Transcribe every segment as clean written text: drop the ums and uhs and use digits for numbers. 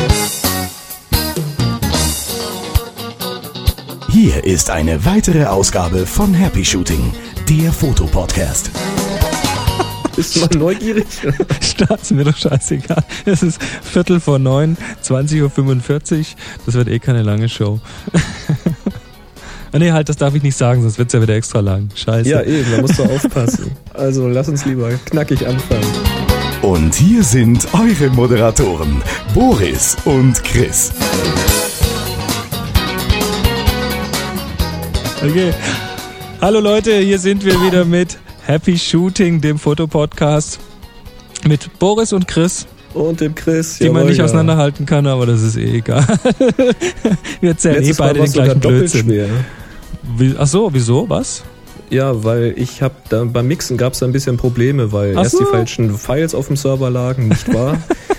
Hier ist eine weitere Ausgabe von Happy Shooting, der Fotopodcast. Bist du mal neugierig? Start's mir doch scheißegal. Es ist 8:45, 20:45 Uhr. Das wird eh keine lange Show. Nee, halt, das darf ich nicht sagen, sonst wird's ja wieder extra lang. Scheiße. Ja, eben, da musst du aufpassen. Also, lass uns lieber knackig anfangen. Und hier sind eure Moderatoren, Boris und Chris. Okay. Hallo Leute, hier sind wir wieder mit Happy Shooting, dem Fotopodcast. Mit Boris und Chris. Und dem Chris. Die man nicht auseinanderhalten kann, aber das ist eh egal. Wir erzählen letztes beide Mal den gleichen Blödsinn. Schwer. Ach so, wieso? Was? Ja, weil ich habe da beim Mixen gab es ein bisschen Probleme, weil erst die falschen Files auf dem Server lagen, nicht wahr?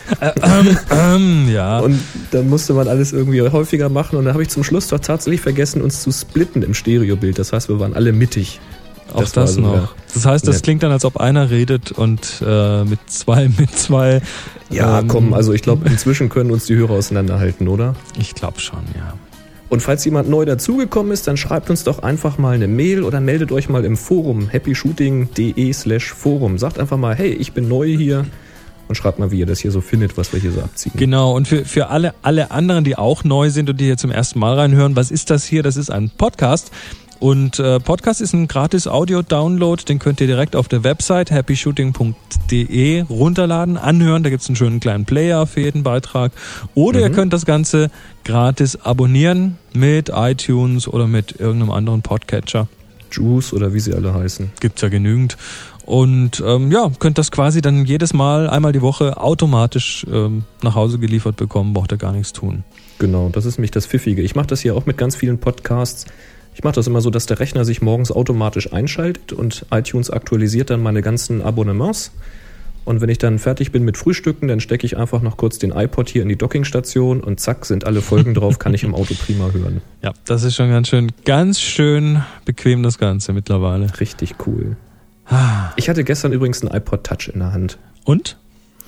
Ja. Und dann musste man alles irgendwie häufiger machen und dann habe ich zum Schluss doch tatsächlich vergessen, uns zu splitten im Stereobild. Das heißt, wir waren alle mittig. Auch das noch. Das heißt, das klingt dann, als ob einer redet und mit zwei. Ja, komm, also ich glaube, inzwischen können uns die Hörer auseinanderhalten, oder? Ich glaube schon, ja. Und falls jemand neu dazugekommen ist, dann schreibt uns doch einfach mal eine Mail oder meldet euch mal im Forum happyshooting.de/Forum. Sagt einfach mal, hey, ich bin neu hier und schreibt mal, wie ihr das hier so findet, was wir hier so abziehen. Genau, und für alle anderen, die auch neu sind und die hier zum ersten Mal reinhören, was ist das hier? Das ist ein Podcast. Und Podcast ist ein gratis Audio-Download, den könnt ihr direkt auf der Website happyshooting.de runterladen, anhören, da gibt's einen schönen kleinen Player für jeden Beitrag. Oder ihr könnt das Ganze gratis abonnieren mit iTunes oder mit irgendeinem anderen Podcatcher. Juice oder wie sie alle heißen. Gibt's ja genügend. Und könnt das quasi dann jedes Mal, einmal die Woche automatisch nach Hause geliefert bekommen, braucht ihr gar nichts tun. Genau, das ist nämlich das Pfiffige. Ich mache das hier auch mit ganz vielen Podcasts. Ich mache das immer so, dass der Rechner sich morgens automatisch einschaltet und iTunes aktualisiert dann meine ganzen Abonnements. Und wenn ich dann fertig bin mit Frühstücken, dann stecke ich einfach noch kurz den iPod hier in die Dockingstation und zack, sind alle Folgen drauf, kann ich im Auto prima hören. Ja, das ist schon ganz schön bequem, das Ganze mittlerweile. Richtig cool. Ich hatte gestern übrigens einen iPod Touch in der Hand. Und?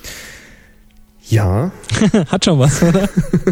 Ja. Hat schon was, oder?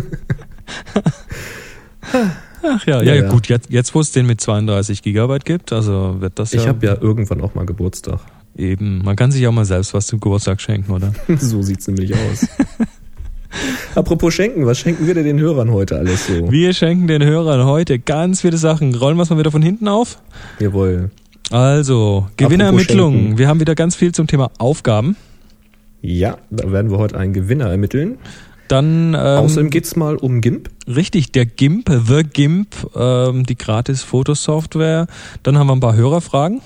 Ach ja, gut, jetzt wo es den mit 32 Gigabyte gibt, also wird das ja... Ich habe ja irgendwann auch mal Geburtstag. Eben, man kann sich auch mal selbst was zum Geburtstag schenken, oder? So sieht's nämlich aus. Apropos schenken, was schenken wir denn den Hörern heute alles so? Wir schenken den Hörern heute ganz viele Sachen. Rollen wir es mal wieder von hinten auf? Jawohl. Also, Gewinnerermittlungen. Wir haben wieder ganz viel zum Thema Aufgaben. Ja, da werden wir heute einen Gewinner ermitteln. Dann außerdem geht's mal um GIMP. Richtig, der GIMP, The GIMP, die gratis Fotosoftware. Dann haben wir ein paar Hörerfragen.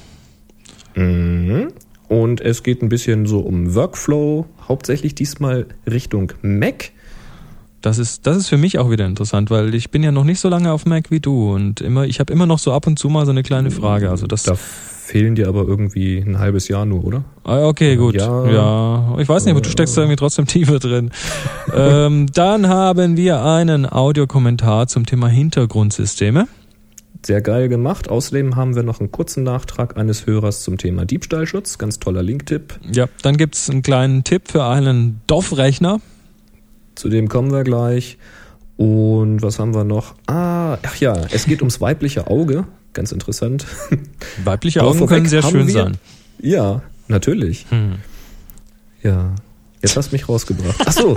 Und es geht ein bisschen so um Workflow, hauptsächlich diesmal Richtung Mac. Das ist für mich auch wieder interessant, weil ich bin ja noch nicht so lange auf Mac wie du und ich habe immer noch so ab und zu mal so eine kleine Frage. Also das da fehlen dir aber irgendwie ein halbes Jahr nur, oder? Ah, okay, gut. Ja. Ich weiß nicht, aber du steckst da irgendwie trotzdem tiefer drin. Dann haben wir einen Audiokommentar zum Thema Hintergrundsysteme. Sehr geil gemacht. Außerdem haben wir noch einen kurzen Nachtrag eines Hörers zum Thema Diebstahlschutz. Ganz toller Linktipp. Ja, dann gibt's einen kleinen Tipp für einen DOF-Rechner. Zu dem kommen wir gleich. Und was haben wir noch? Ach ja, es geht ums weibliche Auge. Ganz interessant. Weibliche Augen können sehr schön sein. Ja, natürlich. Ja, jetzt hast du mich rausgebracht. Ach so.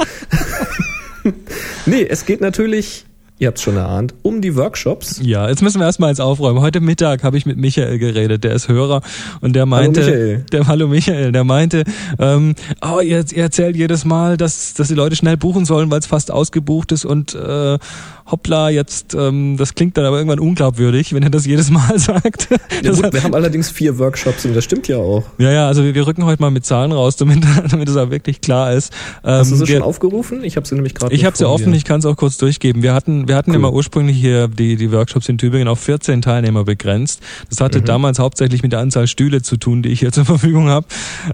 Nee, es geht natürlich, ihr habt es schon erahnt, um die Workshops. Ja, jetzt müssen wir erstmal eins aufräumen. Heute Mittag habe ich mit Michael geredet, der ist Hörer und der meinte, Hallo Michael, der meinte, ihr erzählt jedes Mal, dass die Leute schnell buchen sollen, weil es fast ausgebucht ist und hoppla, jetzt, das klingt dann aber irgendwann unglaubwürdig, wenn er das jedes Mal sagt. Ja, gut, wir haben allerdings 4 Workshops und das stimmt ja auch. Ja, also wir rücken heute mal mit Zahlen raus, damit es auch wirklich klar ist. Hast du sie schon aufgerufen? Ich habe sie nämlich gerade. Ich habe sie offen, ich kann es auch kurz durchgeben. Wir hatten cool. Immer ursprünglich hier die Workshops in Tübingen auf 14 Teilnehmer begrenzt. Das hatte damals hauptsächlich mit der Anzahl Stühle zu tun, die ich hier zur Verfügung habe.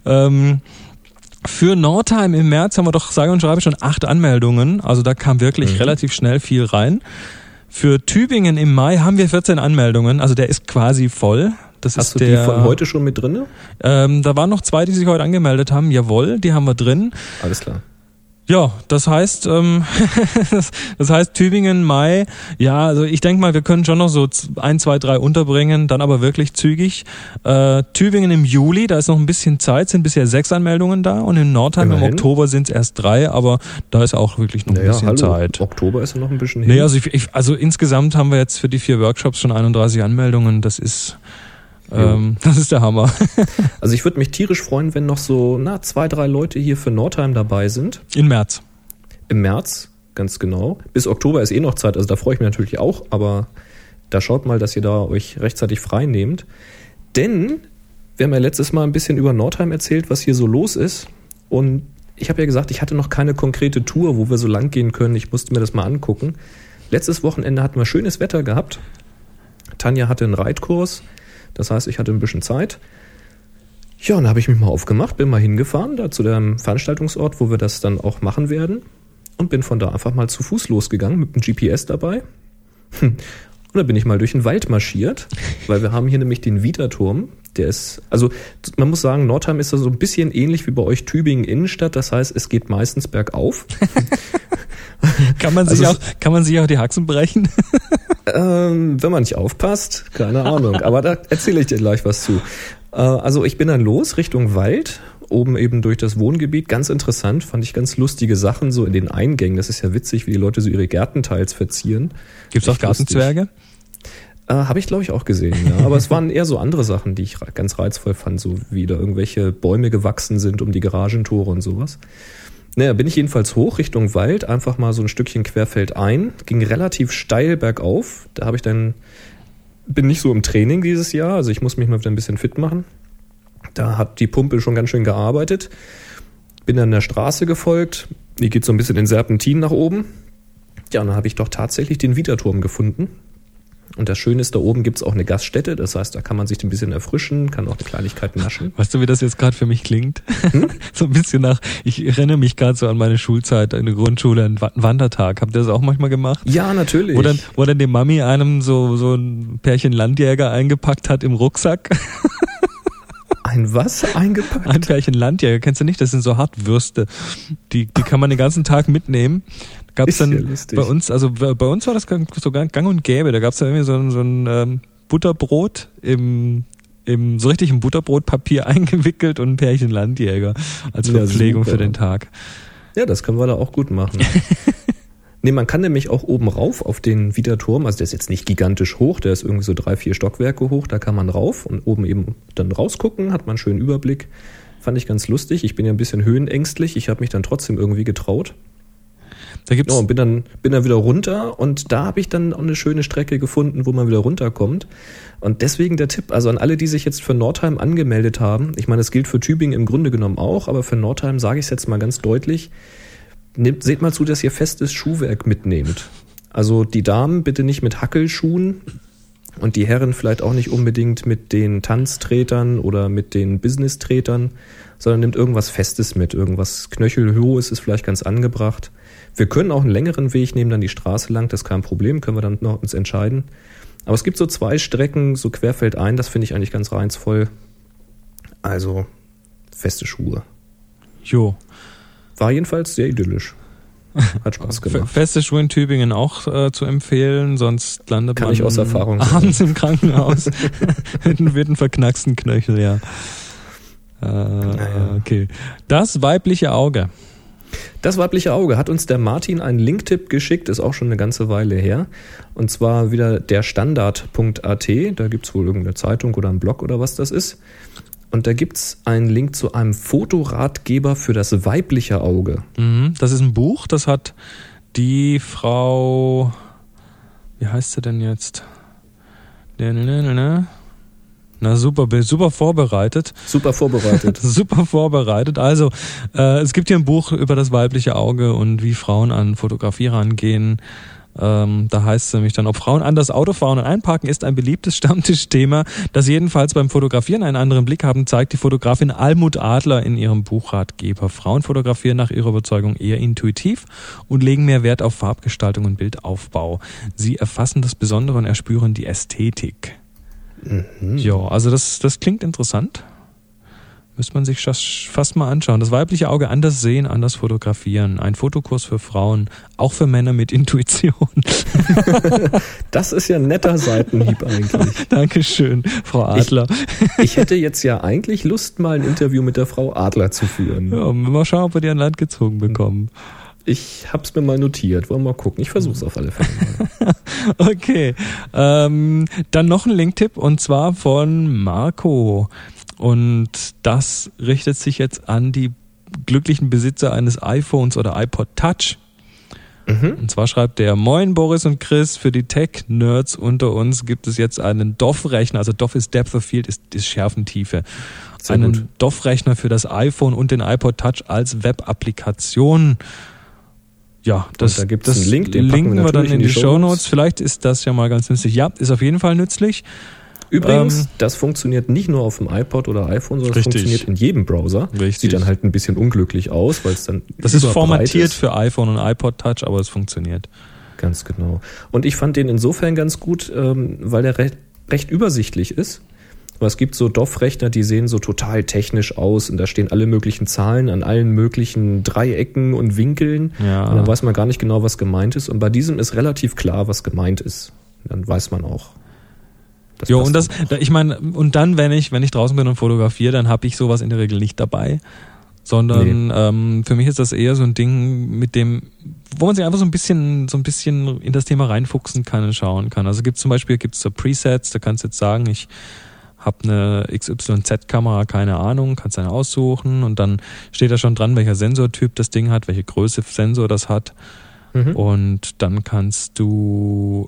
Für Nordheim im März haben wir doch sage und schreibe schon 8 Anmeldungen. Also da kam wirklich relativ schnell viel rein. Für Tübingen im Mai haben wir 14 Anmeldungen. Also der ist quasi voll. Hast du die von heute schon mit drin? Da waren noch 2, die sich heute angemeldet haben. Jawohl, die haben wir drin. Alles klar. Ja, das heißt Tübingen, Mai. Ja, also ich denke mal, wir können schon noch so 1, 2, 3 unterbringen, dann aber wirklich zügig. Tübingen im Juli, da ist noch ein bisschen Zeit, sind bisher 6 Anmeldungen da und in Nordheim im Oktober sind es erst 3, aber da ist auch wirklich noch ein bisschen Zeit. Oktober ist noch ein bisschen hin. Nee, also insgesamt haben wir jetzt für die 4 Workshops schon 31 Anmeldungen, das ist der Hammer. Also ich würde mich tierisch freuen, wenn noch so 2, 3 Leute hier für Nordheim dabei sind. Im März. Im März, ganz genau. Bis Oktober ist noch Zeit, also da freue ich mich natürlich auch, aber da schaut mal, dass ihr da euch rechtzeitig frei nehmt. Denn wir haben ja letztes Mal ein bisschen über Nordheim erzählt, was hier so los ist. Und ich habe ja gesagt, ich hatte noch keine konkrete Tour, wo wir so lang gehen können. Ich musste mir das mal angucken. Letztes Wochenende hatten wir schönes Wetter gehabt. Tanja hatte einen Reitkurs. Das heißt, ich hatte ein bisschen Zeit. Ja, und dann habe ich mich mal aufgemacht, bin mal hingefahren, da zu dem Veranstaltungsort, wo wir das dann auch machen werden. Und bin von da einfach mal zu Fuß losgegangen, mit dem GPS dabei. Und dann bin ich mal durch den Wald marschiert, weil wir haben hier nämlich den Wiederturm. Der ist, also man muss sagen, Nordheim ist so ein bisschen ähnlich wie bei euch Tübingen Innenstadt. Das heißt, es geht meistens bergauf. Kann man sich auch die Haxen brechen? Wenn man nicht aufpasst, keine Ahnung. Aber da erzähle ich dir gleich was zu. Also ich bin dann los Richtung Wald, oben eben durch das Wohngebiet. Ganz interessant, fand ich ganz lustige Sachen so in den Eingängen. Das ist ja witzig, wie die Leute so ihre Gärten teils verzieren. Gibt's auch Gartenzwerge? Habe ich, glaube ich, auch gesehen, ja. Aber es waren eher so andere Sachen, die ich ganz reizvoll fand, so wie da irgendwelche Bäume gewachsen sind um die Garagentore und sowas. Naja, bin ich jedenfalls hoch Richtung Wald, einfach mal so ein Stückchen querfeldein, ging relativ steil bergauf. Da habe ich dann, bin nicht so im Training dieses Jahr, also ich muss mich mal wieder ein bisschen fit machen. Da hat die Pumpe schon ganz schön gearbeitet. Bin dann der Straße gefolgt, die geht so ein bisschen in Serpentin nach oben. Ja, und dann habe ich doch tatsächlich den Wiederturm gefunden. Und das Schöne ist, da oben gibt's auch eine Gaststätte, das heißt, da kann man sich ein bisschen erfrischen, kann auch eine Kleinigkeit naschen. Weißt du, wie das jetzt gerade für mich klingt? So ein bisschen ich erinnere mich gerade so an meine Schulzeit in der Grundschule, einen Wandertag. Habt ihr das auch manchmal gemacht? Ja, natürlich. Wo dann die Mami einem so ein Pärchen Landjäger eingepackt hat im Rucksack. Ein was eingepackt? Ein Pärchen Landjäger, kennst du nicht? Das sind so Hartwürste. Die kann man den ganzen Tag mitnehmen. Gab's dann ja bei uns, also bei uns war das so gang und gäbe. Da gab's dann irgendwie so ein Butterbrot so richtig im Butterbrotpapier eingewickelt und ein Pärchen Landjäger als Verpflegung für den Tag. Ja, das können wir da auch gut machen. Nee, man kann nämlich auch oben rauf auf den Wiederturm, also der ist jetzt nicht gigantisch hoch, der ist irgendwie so 3, 4 Stockwerke hoch, da kann man rauf und oben eben dann rausgucken, hat man einen schönen Überblick. Fand ich ganz lustig. Ich bin ja ein bisschen höhenängstlich, ich habe mich dann trotzdem irgendwie getraut. Da gibt's und bin dann wieder runter und da habe ich dann auch eine schöne Strecke gefunden, wo man wieder runterkommt. Und deswegen der Tipp, also an alle, die sich jetzt für Nordheim angemeldet haben, ich meine, es gilt für Tübingen im Grunde genommen auch, aber für Nordheim sage ich es jetzt mal ganz deutlich, seht mal zu, dass ihr festes Schuhwerk mitnehmt. Also die Damen bitte nicht mit Hackelschuhen und die Herren vielleicht auch nicht unbedingt mit den Tanztretern oder mit den Business-Tretern, sondern nehmt irgendwas Festes mit, irgendwas Knöchelhohes ist vielleicht ganz angebracht. Wir können auch einen längeren Weg nehmen, dann die Straße lang, das ist kein Problem, können wir dann noch uns entscheiden. Aber es gibt so 2 Strecken, so querfeldein, das finde ich eigentlich ganz reizvoll. Also feste Schuhe. Jo. War jedenfalls sehr idyllisch. Hat Spaß gemacht. Feste Schuhe in Tübingen auch zu empfehlen, sonst landet man ich aus Erfahrung abends im Krankenhaus mit einem verknacksten Knöchel, ja. Okay. Das weibliche Auge. Das weibliche Auge hat uns der Martin einen Linktipp geschickt, ist auch schon eine ganze Weile her. Und zwar wieder der Standard.at, da gibt's wohl irgendeine Zeitung oder einen Blog oder was das ist. Und da gibt's einen Link zu einem Fotoratgeber für das weibliche Auge. Das ist ein Buch, das hat die Frau, wie heißt sie denn jetzt? Na super vorbereitet. Super vorbereitet. Also es gibt hier ein Buch über das weibliche Auge und wie Frauen an Fotografie rangehen. Da heißt es nämlich dann, ob Frauen anders Auto fahren und einparken, ist ein beliebtes Stammtischthema, das jedenfalls beim Fotografieren einen anderen Blick haben, zeigt die Fotografin Almut Adler in ihrem Buchratgeber. Frauen fotografieren nach ihrer Überzeugung eher intuitiv und legen mehr Wert auf Farbgestaltung und Bildaufbau. Sie erfassen das Besondere und erspüren die Ästhetik. Ja, also das klingt interessant. Müsste man sich fast mal anschauen. Das weibliche Auge, anders sehen, anders fotografieren. Ein Fotokurs für Frauen, auch für Männer mit Intuition. Das ist ja ein netter Seitenhieb eigentlich. Dankeschön, Frau Adler. Ich hätte jetzt ja eigentlich Lust, mal ein Interview mit der Frau Adler zu führen. Ja, mal schauen, ob wir die an Land gezogen bekommen. Ich hab's mir mal notiert. Wollen wir mal gucken. Ich versuch's auf alle Fälle mal. Okay. Dann noch ein Linktipp und zwar von Marco. Und das richtet sich jetzt an die glücklichen Besitzer eines iPhones oder iPod Touch. Und zwar schreibt der: Moin Boris und Chris, für die Tech-Nerds unter uns gibt es jetzt einen DOF-Rechner, also DOF ist Depth of Field, ist Schärfentiefe. Sehr einen gut. DOF-Rechner für das iPhone und den iPod Touch als Web-Applikation. Ja, Und da gibt's einen Link, den linken wir dann natürlich in die Shownotes. Vielleicht ist das ja mal ganz nützlich. Ja, ist auf jeden Fall nützlich. Übrigens, das funktioniert nicht nur auf dem iPod oder iPhone, sondern es Richtig. funktioniert in jedem Browser. Richtig. Sieht dann halt ein bisschen unglücklich aus, weil es dann Das ist überbreit formatiert ist. für iPhone und iPod Touch, aber es funktioniert. Ganz genau. Und ich fand den insofern ganz gut, weil der recht übersichtlich ist. Aber es gibt so DOF-Rechner, die sehen so total technisch aus und da stehen alle möglichen Zahlen an allen möglichen Dreiecken und Winkeln. Ja. Und dann weiß man gar nicht genau, was gemeint ist. Und bei diesem ist relativ klar, was gemeint ist. Dann weiß man auch. Jo, passt und das, dann. ich meine, und dann, wenn ich draußen bin und fotografiere, dann habe ich sowas in der Regel nicht dabei. Sondern für mich ist das eher so ein Ding, mit dem, wo man sich einfach so ein bisschen in das Thema reinfuchsen kann und schauen kann. Also gibt's so Presets, da kannst du jetzt sagen, ich habe eine XYZ-Kamera, keine Ahnung, kannst eine aussuchen und dann steht da schon dran, welcher Sensortyp das Ding hat, welche Größe Sensor das hat. Und dann kannst du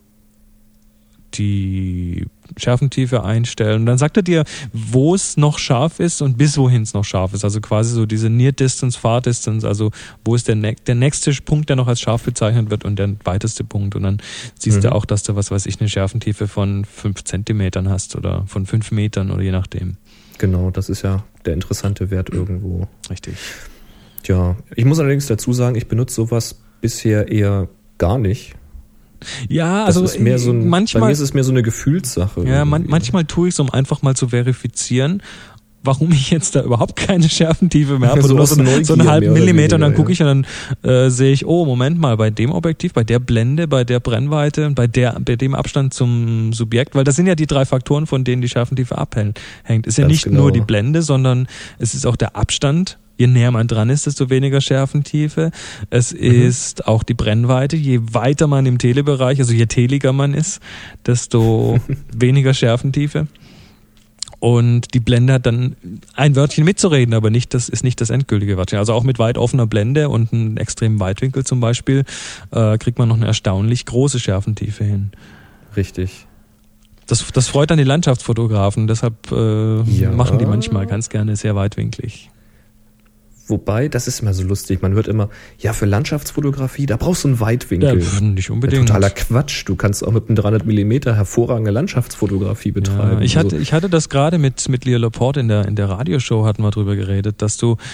die Schärfentiefe einstellen. Und dann sagt er dir, wo es noch scharf ist und bis wohin es noch scharf ist. Also quasi so diese Near Distance, Far Distance, also wo ist der nächste Punkt, der noch als scharf bezeichnet wird und der weiteste Punkt. Und dann siehst du auch, dass du, eine Schärfentiefe von 5 Zentimetern hast oder von 5 Metern oder je nachdem. Genau, das ist ja der interessante Wert irgendwo. Richtig. Tja, ich muss allerdings dazu sagen, ich benutze sowas bisher eher gar nicht. Ja, Das also ist mehr so bei manchmal, mir ist es mehr so eine Gefühlssache. ja, irgendwie. manchmal tue ich es, um einfach mal zu verifizieren, warum ich jetzt da überhaupt keine Schärfentiefe mehr habe. So Oder aus so einen Neugier halben mehr oder Millimeter und dann weniger, gucke ich und dann sehe ich, oh, Moment mal, bei dem Objektiv, bei der Blende, bei der Brennweite, bei dem Abstand zum Subjekt, weil das sind ja die 3 Faktoren, von denen die Schärfentiefe abhängt. Ist ja Ganz nicht genau. nur die Blende, sondern es ist auch der Abstand. Je näher man dran ist, desto weniger Schärfentiefe. Es ist auch die Brennweite. Je weiter man im Telebereich, also je teliger man ist, desto weniger Schärfentiefe. Und die Blende hat dann ein Wörtchen mitzureden, aber das ist nicht das endgültige Wörtchen. Also auch mit weit offener Blende und einem extremen Weitwinkel zum Beispiel kriegt man noch eine erstaunlich große Schärfentiefe hin. Richtig. Das freut dann die Landschaftsfotografen, deshalb machen die manchmal ganz gerne sehr weitwinklig. Wobei, das ist immer so lustig. Man hört immer, ja, für Landschaftsfotografie, da brauchst du einen Weitwinkel. Ja, nicht unbedingt. Totaler Quatsch. Du kannst auch mit einem 300 Millimeter hervorragende Landschaftsfotografie betreiben. Ja, ich hatte das gerade mit Leo Laporte in der Radioshow, hatten wir drüber geredet, dass du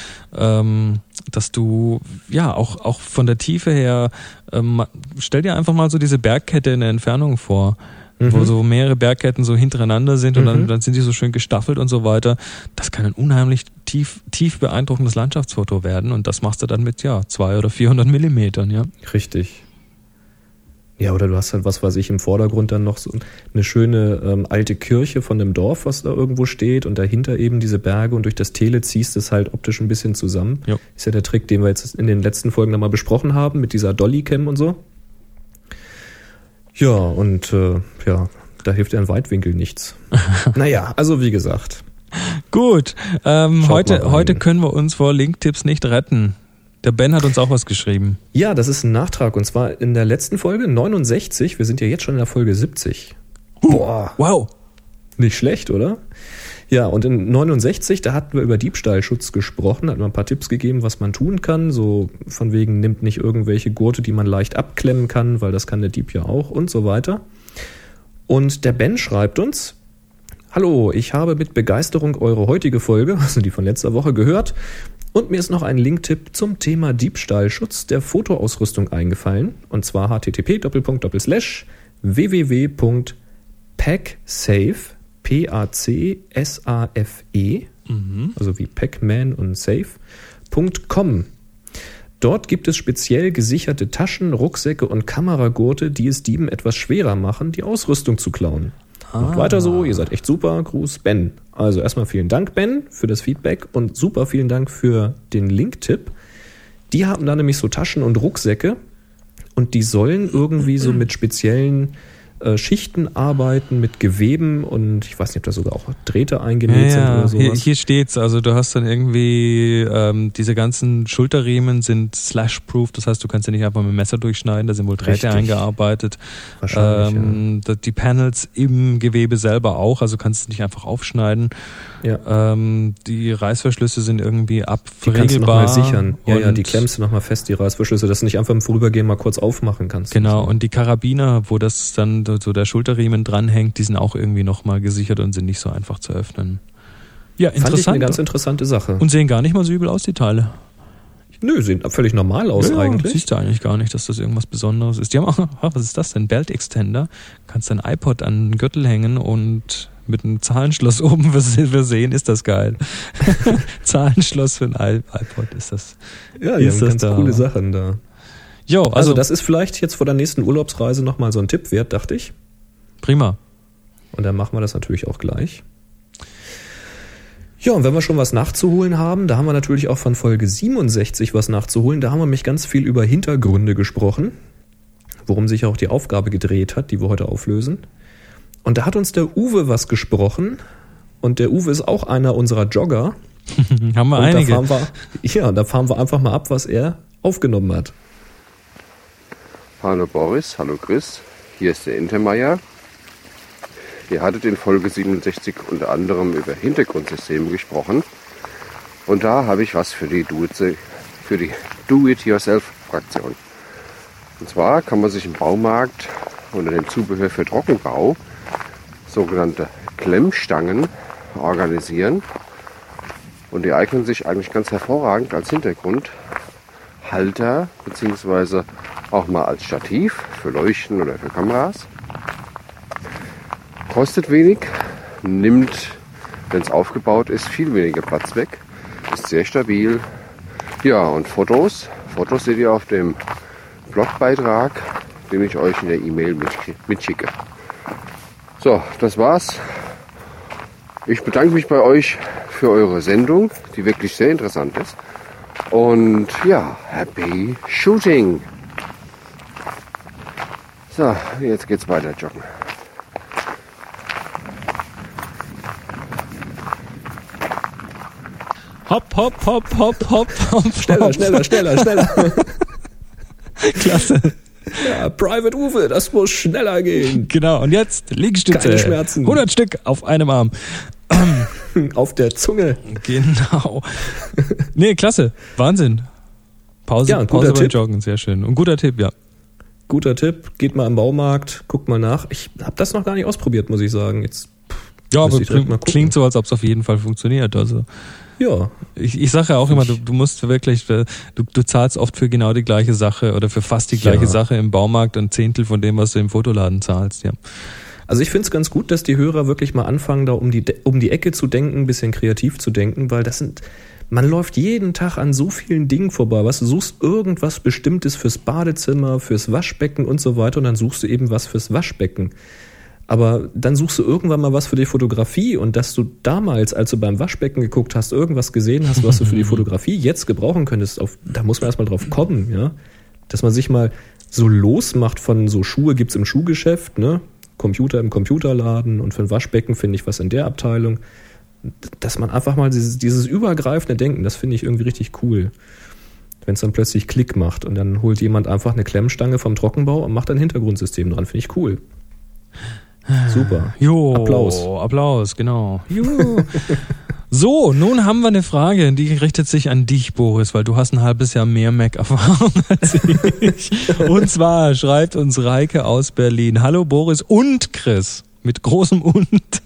ja auch von der Tiefe her, stell dir einfach mal so diese Bergkette in der Entfernung vor. Wo so mehrere Bergketten so hintereinander sind und dann sind die so schön gestaffelt und so weiter. Das kann ein unheimlich tief beeindruckendes Landschaftsfoto werden und das machst du dann mit 200 oder 400 Millimetern, ja. Richtig. Ja, oder du hast halt, was weiß ich, im Vordergrund dann noch so eine schöne alte Kirche von einem Dorf, was da irgendwo steht und dahinter eben diese Berge und durch das Tele ziehst es halt optisch ein bisschen zusammen. Jo. Ist ja der Trick, den wir jetzt in den letzten Folgen nochmal besprochen haben mit dieser Dolly-Cam und so. Ja, und da hilft ja ein Weitwinkel nichts. Naja, also wie gesagt. Gut, heute können wir uns vor Linktipps nicht retten. Der Ben hat uns auch was geschrieben. Ja, das ist ein Nachtrag und zwar in der letzten Folge 69. Wir sind ja jetzt schon in der Folge 70. Boah, wow. Nicht schlecht, oder? Ja, und in 69, da hatten wir über Diebstahlschutz gesprochen, hatten wir ein paar Tipps gegeben, was man tun kann, so von wegen, nimmt nicht irgendwelche Gurte, die man leicht abklemmen kann, weil das kann der Dieb ja auch und so weiter. Und der Ben schreibt uns: Hallo, ich habe mit Begeisterung eure heutige Folge, also die von letzter Woche, gehört und mir ist noch ein Linktipp zum Thema Diebstahlschutz der Fotoausrüstung eingefallen, und zwar http://www.pacsafe, PACSAFE, also wie Pac-Man und Safe.com. Dort gibt es speziell gesicherte Taschen, Rucksäcke und Kameragurte, die es Dieben etwas schwerer machen, die Ausrüstung zu klauen. Macht weiter so, ihr seid echt super. Gruß, Ben. Also erstmal vielen Dank, Ben, für das Feedback und super vielen Dank für den Link-Tipp. Die haben da nämlich so Taschen und Rucksäcke und die sollen irgendwie so mit speziellen Schichten arbeiten, mit Geweben und ich weiß nicht, ob da sogar auch Drähte eingenäht sind oder sowas. Hier steht's, also du hast dann irgendwie diese ganzen Schulterriemen sind slash-proof, das heißt, du kannst ja nicht einfach mit dem Messer durchschneiden, da sind wohl Drähte eingearbeitet. Wahrscheinlich, die Panels im Gewebe selber auch, also kannst du nicht einfach aufschneiden. Ja. Die Reißverschlüsse sind irgendwie abregelbar. Die kannst du nochmal sichern. Ja, die klemmst du nochmal fest, die Reißverschlüsse, dass du nicht einfach im Vorübergehen mal kurz aufmachen kannst. Genau, und die Karabiner, wo das dann so der Schulterriemen dranhängt, die sind auch irgendwie nochmal gesichert und sind nicht so einfach zu öffnen. Ja, interessant. Fand ich eine ganz interessante Sache. Und sehen gar nicht mal so übel aus, die Teile. Nö, sehen völlig normal aus eigentlich. Siehst du eigentlich gar nicht, dass das irgendwas Besonderes ist. Die haben auch, was ist das denn? Belt-Extender. Kannst dein iPod an den Gürtel hängen und mit einem Zahlenschloss oben versehen, ist das geil. Zahlenschloss für ein iPod ist das. Ja, die haben ganz coole Sachen da. Jo, also das ist vielleicht jetzt vor der nächsten Urlaubsreise nochmal so ein Tipp wert, dachte ich. Prima. Und dann machen wir das natürlich auch gleich. Ja, und wenn wir schon was nachzuholen haben, da haben wir natürlich auch von Folge 67 was nachzuholen. Da haben wir nämlich ganz viel über Hintergründe gesprochen, worum sich auch die Aufgabe gedreht hat, die wir heute auflösen. Und da hat uns der Uwe was gesprochen. Und der Uwe ist auch einer unserer Jogger. Haben wir einige. Da fahren wir einfach mal ab, was er aufgenommen hat. Hallo Boris, hallo Chris, hier ist der Intermeier. Ihr hattet in Folge 67 unter anderem über Hintergrundsysteme gesprochen. Und da habe ich was für die Do-It-Yourself-Fraktion. Und zwar kann man sich im Baumarkt unter dem Zubehör für Trockenbau sogenannte Klemmstangen organisieren. Und die eignen sich eigentlich ganz hervorragend als Hintergrundhalter bzw. auch mal als Stativ für Leuchten oder für Kameras. Kostet wenig, nimmt, wenn es aufgebaut ist, viel weniger Platz weg, ist sehr stabil. Ja, und Fotos seht ihr auf dem Blogbeitrag, den ich euch in der E-Mail mitschicke. So, das war's. Ich bedanke mich bei euch für eure Sendung, die wirklich sehr interessant ist. Und ja, happy shooting! So, jetzt geht's weiter joggen. Hopp, hopp, hopp, hopp, hopp, hopp. Schneller. Klasse. Ja, Private Uwe, das muss schneller gehen. Genau, und jetzt Liegestütze. Keine Schmerzen. 100 Stück auf einem Arm. Auf der Zunge. Genau. Nee, klasse. Wahnsinn. Pause beim Joggen, sehr schön. Und guter Tipp, ja. Guter Tipp, geht mal im Baumarkt, guckt mal nach. Ich habe das noch gar nicht ausprobiert, muss ich sagen. Jetzt ja, aber klingt so, als ob es auf jeden Fall funktioniert. Also ja. Ich sage ja auch immer, du musst wirklich, du zahlst oft für genau die gleiche Sache oder für fast die gleiche Sache im Baumarkt ein Zehntel von dem, was du im Fotoladen zahlst, ja. Also ich finde es ganz gut, dass die Hörer wirklich mal anfangen, da um die Ecke zu denken, ein bisschen kreativ zu denken, weil man läuft jeden Tag an so vielen Dingen vorbei. Du suchst irgendwas Bestimmtes fürs Badezimmer, fürs Waschbecken und so weiter und dann suchst du eben was fürs Waschbecken. Aber dann suchst du irgendwann mal was für die Fotografie und dass du damals, als du beim Waschbecken geguckt hast, irgendwas gesehen hast, was du für die Fotografie jetzt gebrauchen könntest, da muss man erstmal drauf kommen, ja. Dass man sich mal so losmacht von so Schuhe gibt's im Schuhgeschäft, ne? Computer im Computerladen und für ein Waschbecken finde ich was in der Abteilung. Dass man einfach mal dieses übergreifende Denken, das finde ich irgendwie richtig cool. Wenn es dann plötzlich Klick macht und dann holt jemand einfach eine Klemmstange vom Trockenbau und macht ein Hintergrundsystem dran, finde ich cool. Super. Jo, Applaus, genau. Jo. So, nun haben wir eine Frage, die richtet sich an dich, Boris, weil du hast ein halbes Jahr mehr Mac-Erfahrung als ich. Und zwar schreibt uns Reike aus Berlin. Hallo Boris und Chris. Mit großem Und.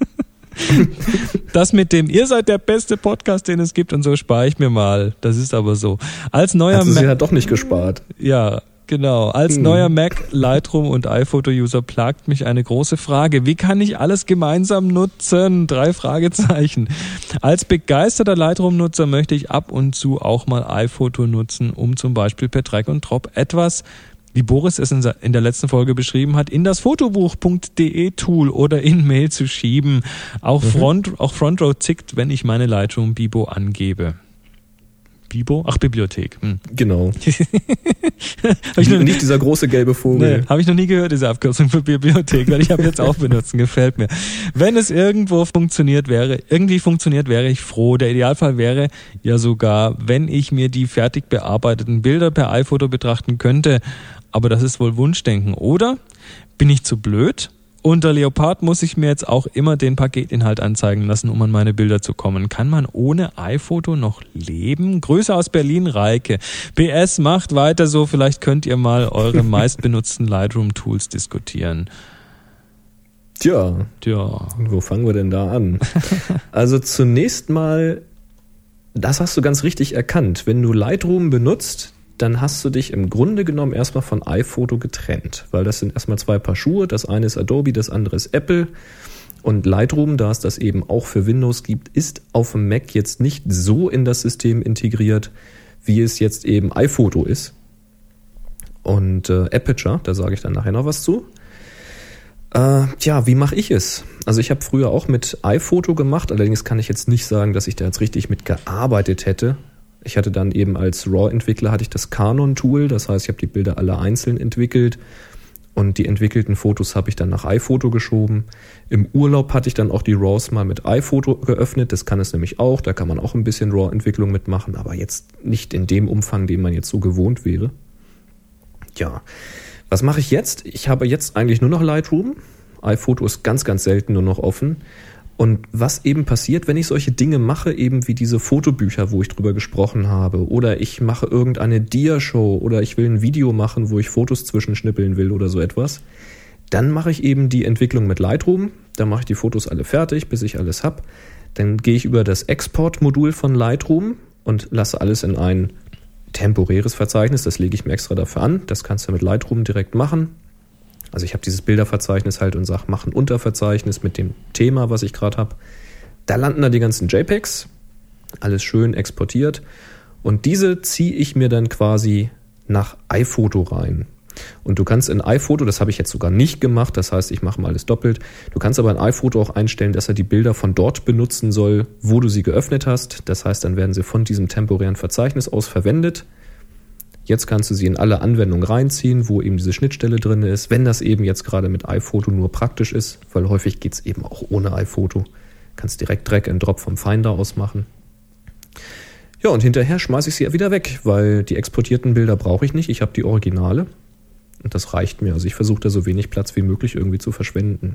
Das mit dem, ihr seid der beste Podcast, den es gibt und so spare ich mir mal. Das ist aber so. Als neuer Mac. Hast du sie ja doch nicht gespart. Ja, Genau. Als neuer Mac, Lightroom und iPhoto-User plagt mich eine große Frage. Wie kann ich alles gemeinsam nutzen? 3 Fragezeichen. Als begeisterter Lightroom-Nutzer möchte ich ab und zu auch mal iPhoto nutzen, um zum Beispiel per Drag und Drop etwas, wie Boris es in der letzten Folge beschrieben hat, in das Fotobuch.de Tool oder in Mail zu schieben. Auch FrontRow zickt, wenn ich meine Lightroom Bibo angebe. Bibo? Ach, Bibliothek. Genau. Nicht dieser große gelbe Vogel. Nee, habe ich noch nie gehört, diese Abkürzung für Bibliothek, weil ich habe jetzt auch benutzen, gefällt mir. Wenn es irgendwie funktioniert wäre ich froh. Der Idealfall wäre ja sogar, wenn ich mir die fertig bearbeiteten Bilder per iPhoto betrachten könnte. Aber das ist wohl Wunschdenken, oder? Bin ich zu blöd? Unter Leopard muss ich mir jetzt auch immer den Paketinhalt anzeigen lassen, um an meine Bilder zu kommen. Kann man ohne iPhoto noch leben? Grüße aus Berlin, Reike. PS, macht weiter so, vielleicht könnt ihr mal eure meistbenutzten Lightroom-Tools diskutieren. Tja, wo fangen wir denn da an? Also zunächst mal, das hast du ganz richtig erkannt. Wenn du Lightroom benutzt, dann hast du dich im Grunde genommen erstmal von iPhoto getrennt, weil das sind erstmal 2 Paar Schuhe. Das eine ist Adobe, das andere ist Apple. Und Lightroom, da es das eben auch für Windows gibt, ist auf dem Mac jetzt nicht so in das System integriert, wie es jetzt eben iPhoto ist. Und Aperture, da sage ich dann nachher noch was zu. Wie mache ich es? Also ich habe früher auch mit iPhoto gemacht, allerdings kann ich jetzt nicht sagen, dass ich da jetzt richtig mit gearbeitet hätte. Ich hatte dann eben als RAW-Entwickler hatte ich das Canon-Tool, das heißt, ich habe die Bilder alle einzeln entwickelt und die entwickelten Fotos habe ich dann nach iPhoto geschoben. Im Urlaub hatte ich dann auch die RAWs mal mit iPhoto geöffnet, das kann es nämlich auch, da kann man auch ein bisschen RAW-Entwicklung mitmachen, aber jetzt nicht in dem Umfang, den man jetzt so gewohnt wäre. Ja, was mache ich jetzt? Ich habe jetzt eigentlich nur noch Lightroom, iPhoto ist ganz, ganz selten nur noch offen. Und was eben passiert, wenn ich solche Dinge mache, eben wie diese Fotobücher, wo ich drüber gesprochen habe, oder ich mache irgendeine Dia-Show oder ich will ein Video machen, wo ich Fotos zwischenschnippeln will oder so etwas, dann mache ich eben die Entwicklung mit Lightroom, dann mache ich die Fotos alle fertig, bis ich alles habe. Dann gehe ich über das Export-Modul von Lightroom und lasse alles in ein temporäres Verzeichnis, das lege ich mir extra dafür an, das kannst du mit Lightroom direkt machen. Also ich habe dieses Bilderverzeichnis halt und sage, mach ein Unterverzeichnis mit dem Thema, was ich gerade habe. Da landen dann die ganzen JPEGs, alles schön exportiert. Und diese ziehe ich mir dann quasi nach iPhoto rein. Und du kannst in iPhoto, das habe ich jetzt sogar nicht gemacht, das heißt, ich mache mal alles doppelt. Du kannst aber in iPhoto auch einstellen, dass er die Bilder von dort benutzen soll, wo du sie geöffnet hast. Das heißt, dann werden sie von diesem temporären Verzeichnis aus verwendet. Jetzt kannst du sie in alle Anwendungen reinziehen, wo eben diese Schnittstelle drin ist, wenn das eben jetzt gerade mit iPhoto nur praktisch ist, weil häufig geht es eben auch ohne iPhoto. Kannst direkt Drag and Drop vom Finder aus machen. Ja, und hinterher schmeiße ich sie ja wieder weg, weil die exportierten Bilder brauche ich nicht. Ich habe die Originale und das reicht mir. Also ich versuche da so wenig Platz wie möglich irgendwie zu verschwenden.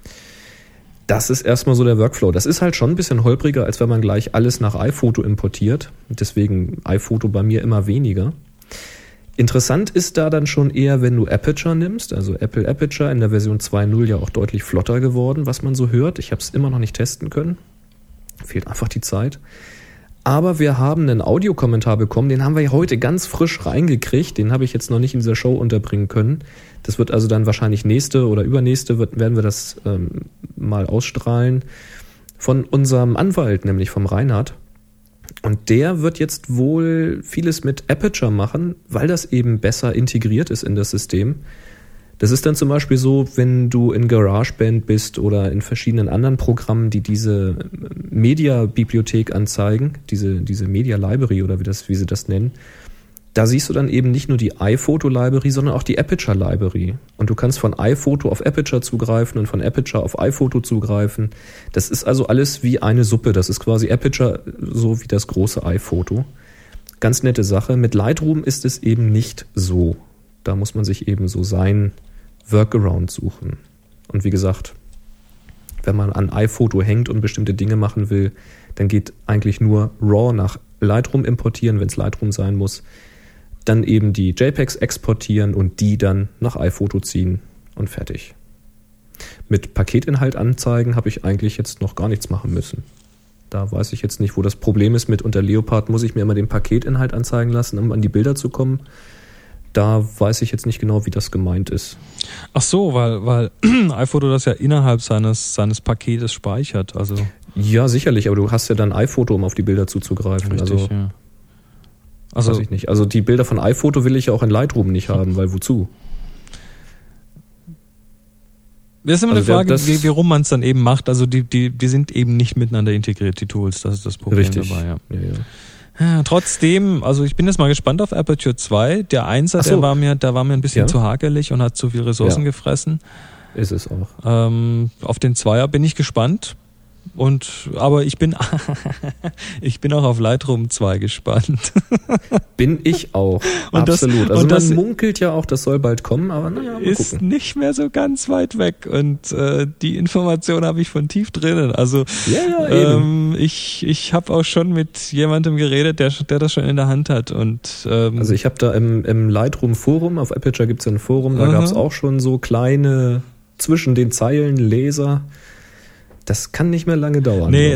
Das ist erstmal so der Workflow. Das ist halt schon ein bisschen holpriger, als wenn man gleich alles nach iPhoto importiert. Deswegen iPhoto bei mir immer weniger. Interessant ist da dann schon eher, wenn du Aperture nimmst, also Apple Aperture in der Version 2.0 ja auch deutlich flotter geworden, was man so hört. Ich habe es immer noch nicht testen können. Fehlt einfach die Zeit. Aber wir haben einen Audiokommentar bekommen, den haben wir ja heute ganz frisch reingekriegt. Den habe ich jetzt noch nicht in dieser Show unterbringen können. Das wird also dann wahrscheinlich nächste oder übernächste, werden wir das mal ausstrahlen. Von unserem Anwalt, nämlich vom Reinhard. Und der wird jetzt wohl vieles mit Aperture machen, weil das eben besser integriert ist in das System. Das ist dann zum Beispiel so, wenn du in GarageBand bist oder in verschiedenen anderen Programmen, die diese Media-Bibliothek anzeigen, diese Media-Library oder wie sie das nennen, da siehst du dann eben nicht nur die iPhoto-Library, sondern auch die Aperture-Library. Und du kannst von iPhoto auf Aperture zugreifen und von Aperture auf iPhoto zugreifen. Das ist also alles wie eine Suppe. Das ist quasi Aperture so wie das große iPhoto. Ganz nette Sache. Mit Lightroom ist es eben nicht so. Da muss man sich eben so sein Workaround suchen. Und wie gesagt, wenn man an iPhoto hängt und bestimmte Dinge machen will, dann geht eigentlich nur RAW nach Lightroom importieren, wenn es Lightroom sein muss. Dann eben die JPEGs exportieren und die dann nach iPhoto ziehen und fertig. Mit Paketinhalt anzeigen habe ich eigentlich jetzt noch gar nichts machen müssen. Da weiß ich jetzt nicht, wo das Problem ist. Mit unter Leopard muss ich mir immer den Paketinhalt anzeigen lassen, um an die Bilder zu kommen. Da weiß ich jetzt nicht genau, wie das gemeint ist. Ach so, weil iPhoto das ja innerhalb seines Paketes speichert. Also ja, sicherlich, aber du hast ja dann iPhoto, um auf die Bilder zuzugreifen. Richtig, Also weiß ich nicht. Also die Bilder von iPhoto will ich ja auch in Lightroom nicht haben, weil wozu? Das ist immer eine Frage, wie rum man es dann eben macht. Also die sind eben nicht miteinander integriert, die Tools. Das ist das Problem dabei. Ja. Ja, trotzdem, also ich bin jetzt mal gespannt auf Aperture 2. Der 1er, der war mir ein bisschen zu hakelig und hat zu viel Ressourcen gefressen. Ist es auch. Auf den 2er bin ich gespannt. Aber ich bin auch auf Lightroom 2 gespannt. Bin ich auch. Absolut. Also man munkelt ja auch, das soll bald kommen, aber naja, mal ist gucken. Nicht mehr so ganz weit weg und die Information habe ich von tief drinnen. Also ich habe auch schon mit jemandem geredet, der das schon in der Hand hat. Und also ich habe da im Lightroom Forum, auf Aperture gibt es ja ein Forum, da gab es auch schon so kleine zwischen den Zeilen Leser. Das kann nicht mehr lange dauern. Nee,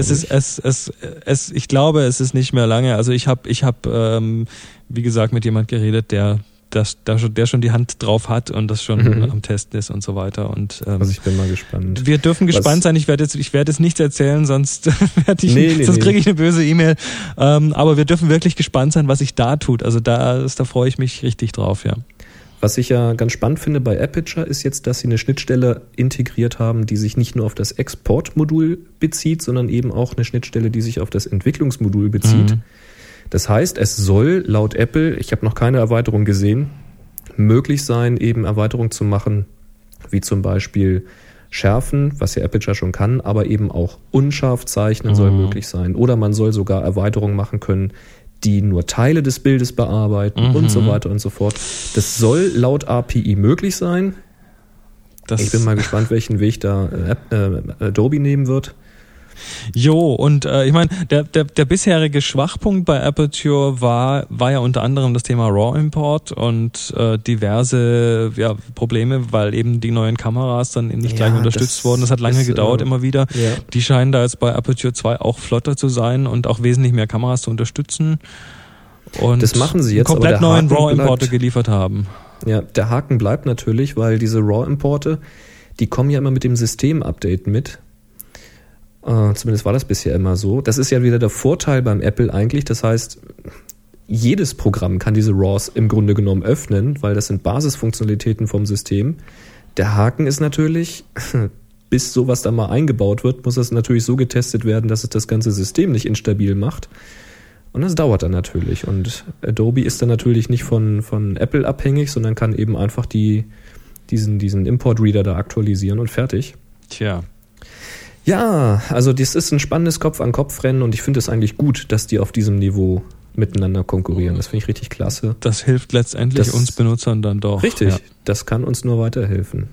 ich glaube, es ist nicht mehr lange. Also ich hab, wie gesagt, mit jemand geredet, der schon die Hand drauf hat und das schon am Testen ist und so weiter. Und also ich bin mal gespannt. Wir dürfen gespannt sein. Ich werde jetzt nichts erzählen, sonst kriege ich eine böse E-Mail. Aber wir dürfen wirklich gespannt sein, was sich da tut. Also da freue ich mich richtig drauf, ja. Was ich ja ganz spannend finde bei Aperture ist jetzt, dass sie eine Schnittstelle integriert haben, die sich nicht nur auf das Exportmodul bezieht, sondern eben auch eine Schnittstelle, die sich auf das Entwicklungsmodul bezieht. Das heißt, es soll laut Apple, ich habe noch keine Erweiterung gesehen, möglich sein, eben Erweiterungen zu machen, wie zum Beispiel Schärfen, was ja Aperture schon kann, aber eben auch unscharf zeichnen soll möglich sein. Oder man soll sogar Erweiterungen machen können, die nur Teile des Bildes bearbeiten und so weiter und so fort. Das soll laut API möglich sein. Ich bin mal gespannt, welchen Weg da Adobe nehmen wird. Jo, und ich meine, der bisherige Schwachpunkt bei Aperture war ja unter anderem das Thema RAW-Import und diverse Probleme, weil eben die neuen Kameras dann nicht gleich unterstützt wurden. Das hat lange gedauert immer wieder. Ja. Die scheinen da jetzt bei Aperture 2 auch flotter zu sein und auch wesentlich mehr Kameras zu unterstützen. Und das machen sie jetzt, komplett neuen RAW-Importe geliefert haben. Ja, der Haken bleibt natürlich, weil diese RAW-Importe, die kommen ja immer mit dem System-Update mit. Zumindest war das bisher immer so. Das ist ja wieder der Vorteil beim Apple eigentlich. Das heißt, jedes Programm kann diese RAWs im Grunde genommen öffnen, weil das sind Basisfunktionalitäten vom System. Der Haken ist natürlich, bis sowas dann mal eingebaut wird, muss das natürlich so getestet werden, dass es das ganze System nicht instabil macht. Und das dauert dann natürlich. Und Adobe ist dann natürlich nicht von Apple abhängig, sondern kann eben einfach diesen Import-Reader da aktualisieren und fertig. Tja. Ja, also das ist ein spannendes Kopf-an-Kopf-Rennen und ich finde es eigentlich gut, dass die auf diesem Niveau miteinander konkurrieren. Das finde ich richtig klasse. Das hilft letztendlich uns Benutzern dann doch. Richtig, das kann uns nur weiterhelfen.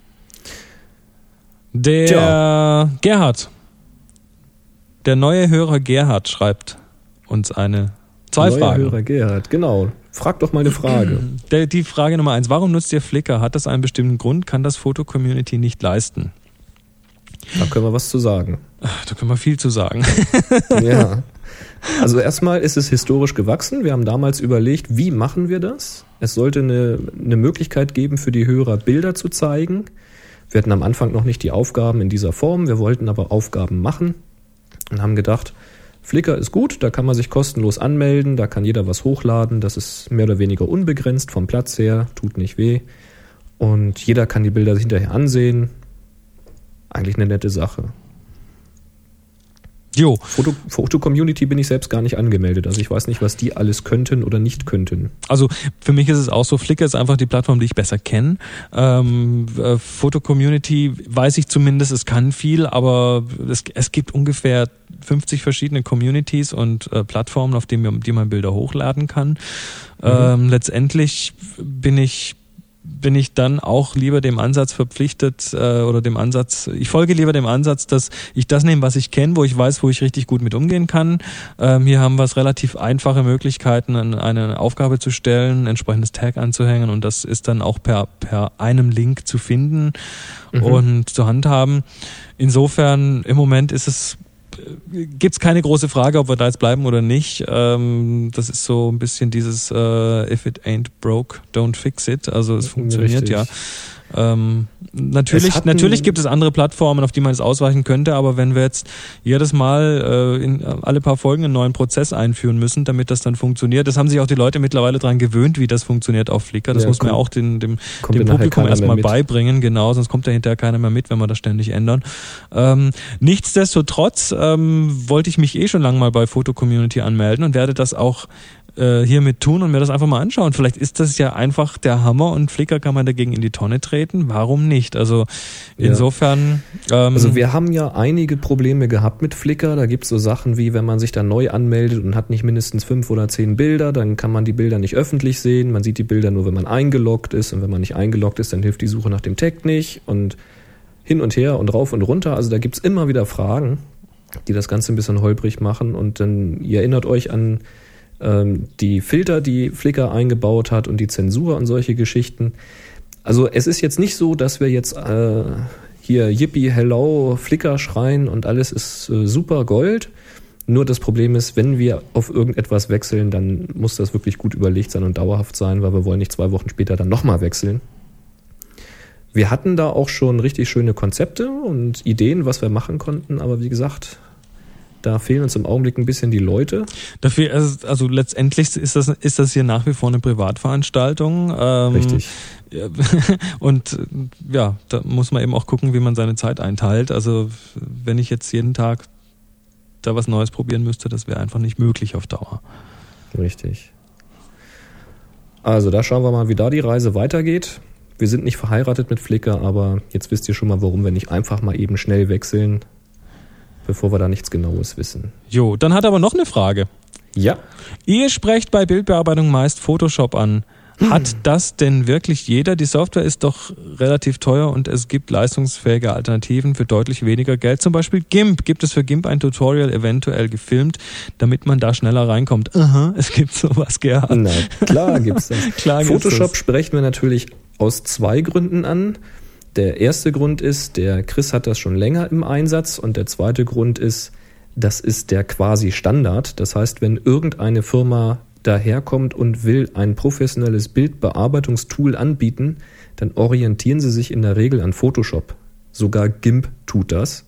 Der Gerhard, der neue Hörer Gerhard schreibt uns zwei Fragen. Hörer Gerhard, genau. Frag doch mal eine Frage. Die Frage Nummer 1, warum nutzt ihr Flickr? Hat das einen bestimmten Grund? Kann das Foto-Community nicht leisten? Da können wir was zu sagen. Da können wir viel zu sagen. Ja. Also erstmal ist es historisch gewachsen. Wir haben damals überlegt, wie machen wir das? Es sollte eine Möglichkeit geben, für die Hörer Bilder zu zeigen. Wir hatten am Anfang noch nicht die Aufgaben in dieser Form. Wir wollten aber Aufgaben machen und haben gedacht, Flickr ist gut, da kann man sich kostenlos anmelden, da kann jeder was hochladen. Das ist mehr oder weniger unbegrenzt vom Platz her, tut nicht weh. Und jeder kann die Bilder hinterher ansehen. Eigentlich eine nette Sache. Jo. Foto-Community bin ich selbst gar nicht angemeldet. Also ich weiß nicht, was die alles könnten oder nicht könnten. Also für mich ist es auch so, Flickr ist einfach die Plattform, die ich besser kenne. Foto-Community weiß ich zumindest, es kann viel, aber es gibt ungefähr 50 verschiedene Communities und Plattformen, auf denen man Bilder hochladen kann. Letztendlich bin ich dann auch lieber dem Ansatz verpflichtet ich folge lieber dem Ansatz, dass ich das nehme, was ich kenne, wo ich weiß, wo ich richtig gut mit umgehen kann. Hier haben wir relativ einfache Möglichkeiten, eine Aufgabe zu stellen, entsprechendes Tag anzuhängen und das ist dann auch per einem Link zu finden und zu handhaben. Insofern im Moment ist es gibt's keine große Frage, ob wir da jetzt bleiben oder nicht. Das ist so ein bisschen dieses if it ain't broke, don't fix it. Also es funktioniert ja. Natürlich gibt es andere Plattformen, auf die man es ausweichen könnte, aber wenn wir jetzt jedes Mal in alle paar Folgen einen neuen Prozess einführen müssen, damit das dann funktioniert, das haben sich auch die Leute mittlerweile dran gewöhnt, wie das funktioniert auf Flickr. Das muss man ja auch dem Publikum erstmal beibringen, genau, sonst kommt da hinterher keiner mehr mit, wenn wir das ständig ändern. Nichtsdestotrotz wollte ich mich schon lange mal bei Photo Community anmelden und werde das auch hiermit tun und mir das einfach mal anschauen. Vielleicht ist das ja einfach der Hammer und Flickr kann man dagegen in die Tonne treten. Warum nicht? Also insofern... also wir haben ja einige Probleme gehabt mit Flickr. Da gibt es so Sachen wie, wenn man sich da neu anmeldet und hat nicht mindestens 5 oder 10 Bilder, dann kann man die Bilder nicht öffentlich sehen. Man sieht die Bilder nur, wenn man eingeloggt ist und wenn man nicht eingeloggt ist, dann hilft die Suche nach dem Tag nicht und hin und her und rauf und runter. Also da gibt es immer wieder Fragen, die das Ganze ein bisschen holprig machen und dann, ihr erinnert euch an die Filter, die Flickr eingebaut hat und die Zensur und solche Geschichten. Also es ist jetzt nicht so, dass wir jetzt hier Yippie, Hello, Flickr schreien und alles ist super Gold. Nur das Problem ist, wenn wir auf irgendetwas wechseln, dann muss das wirklich gut überlegt sein und dauerhaft sein, weil wir wollen nicht 2 Wochen später dann nochmal wechseln. Wir hatten da auch schon richtig schöne Konzepte und Ideen, was wir machen konnten, aber wie gesagt... Da fehlen uns im Augenblick ein bisschen die Leute. Dafür, also letztendlich ist das hier nach wie vor eine Privatveranstaltung. Richtig. Und ja, da muss man eben auch gucken, wie man seine Zeit einteilt. Also wenn ich jetzt jeden Tag da was Neues probieren müsste, das wäre einfach nicht möglich auf Dauer. Richtig. Also da schauen wir mal, wie da die Reise weitergeht. Wir sind nicht verheiratet mit Flickr, aber jetzt wisst ihr schon mal, warum wir nicht einfach mal eben schnell wechseln, bevor wir da nichts Genaues wissen. Jo, dann hat er aber noch eine Frage. Ja. Ihr sprecht bei Bildbearbeitung meist Photoshop an. Hat das denn wirklich jeder? Die Software ist doch relativ teuer und es gibt leistungsfähige Alternativen für deutlich weniger Geld. Zum Beispiel GIMP. Gibt es für GIMP ein Tutorial eventuell gefilmt, damit man da schneller reinkommt? Aha, es gibt sowas, Gerhard. Na klar gibt's das. Klar gibt's Photoshop sprechen wir natürlich aus 2 Gründen an. Der erste Grund ist, der Chris hat das schon länger im Einsatz und der zweite Grund ist, das ist der quasi Standard. Das heißt, wenn irgendeine Firma daherkommt und will ein professionelles Bildbearbeitungstool anbieten, dann orientieren sie sich in der Regel an Photoshop. Sogar GIMP tut das.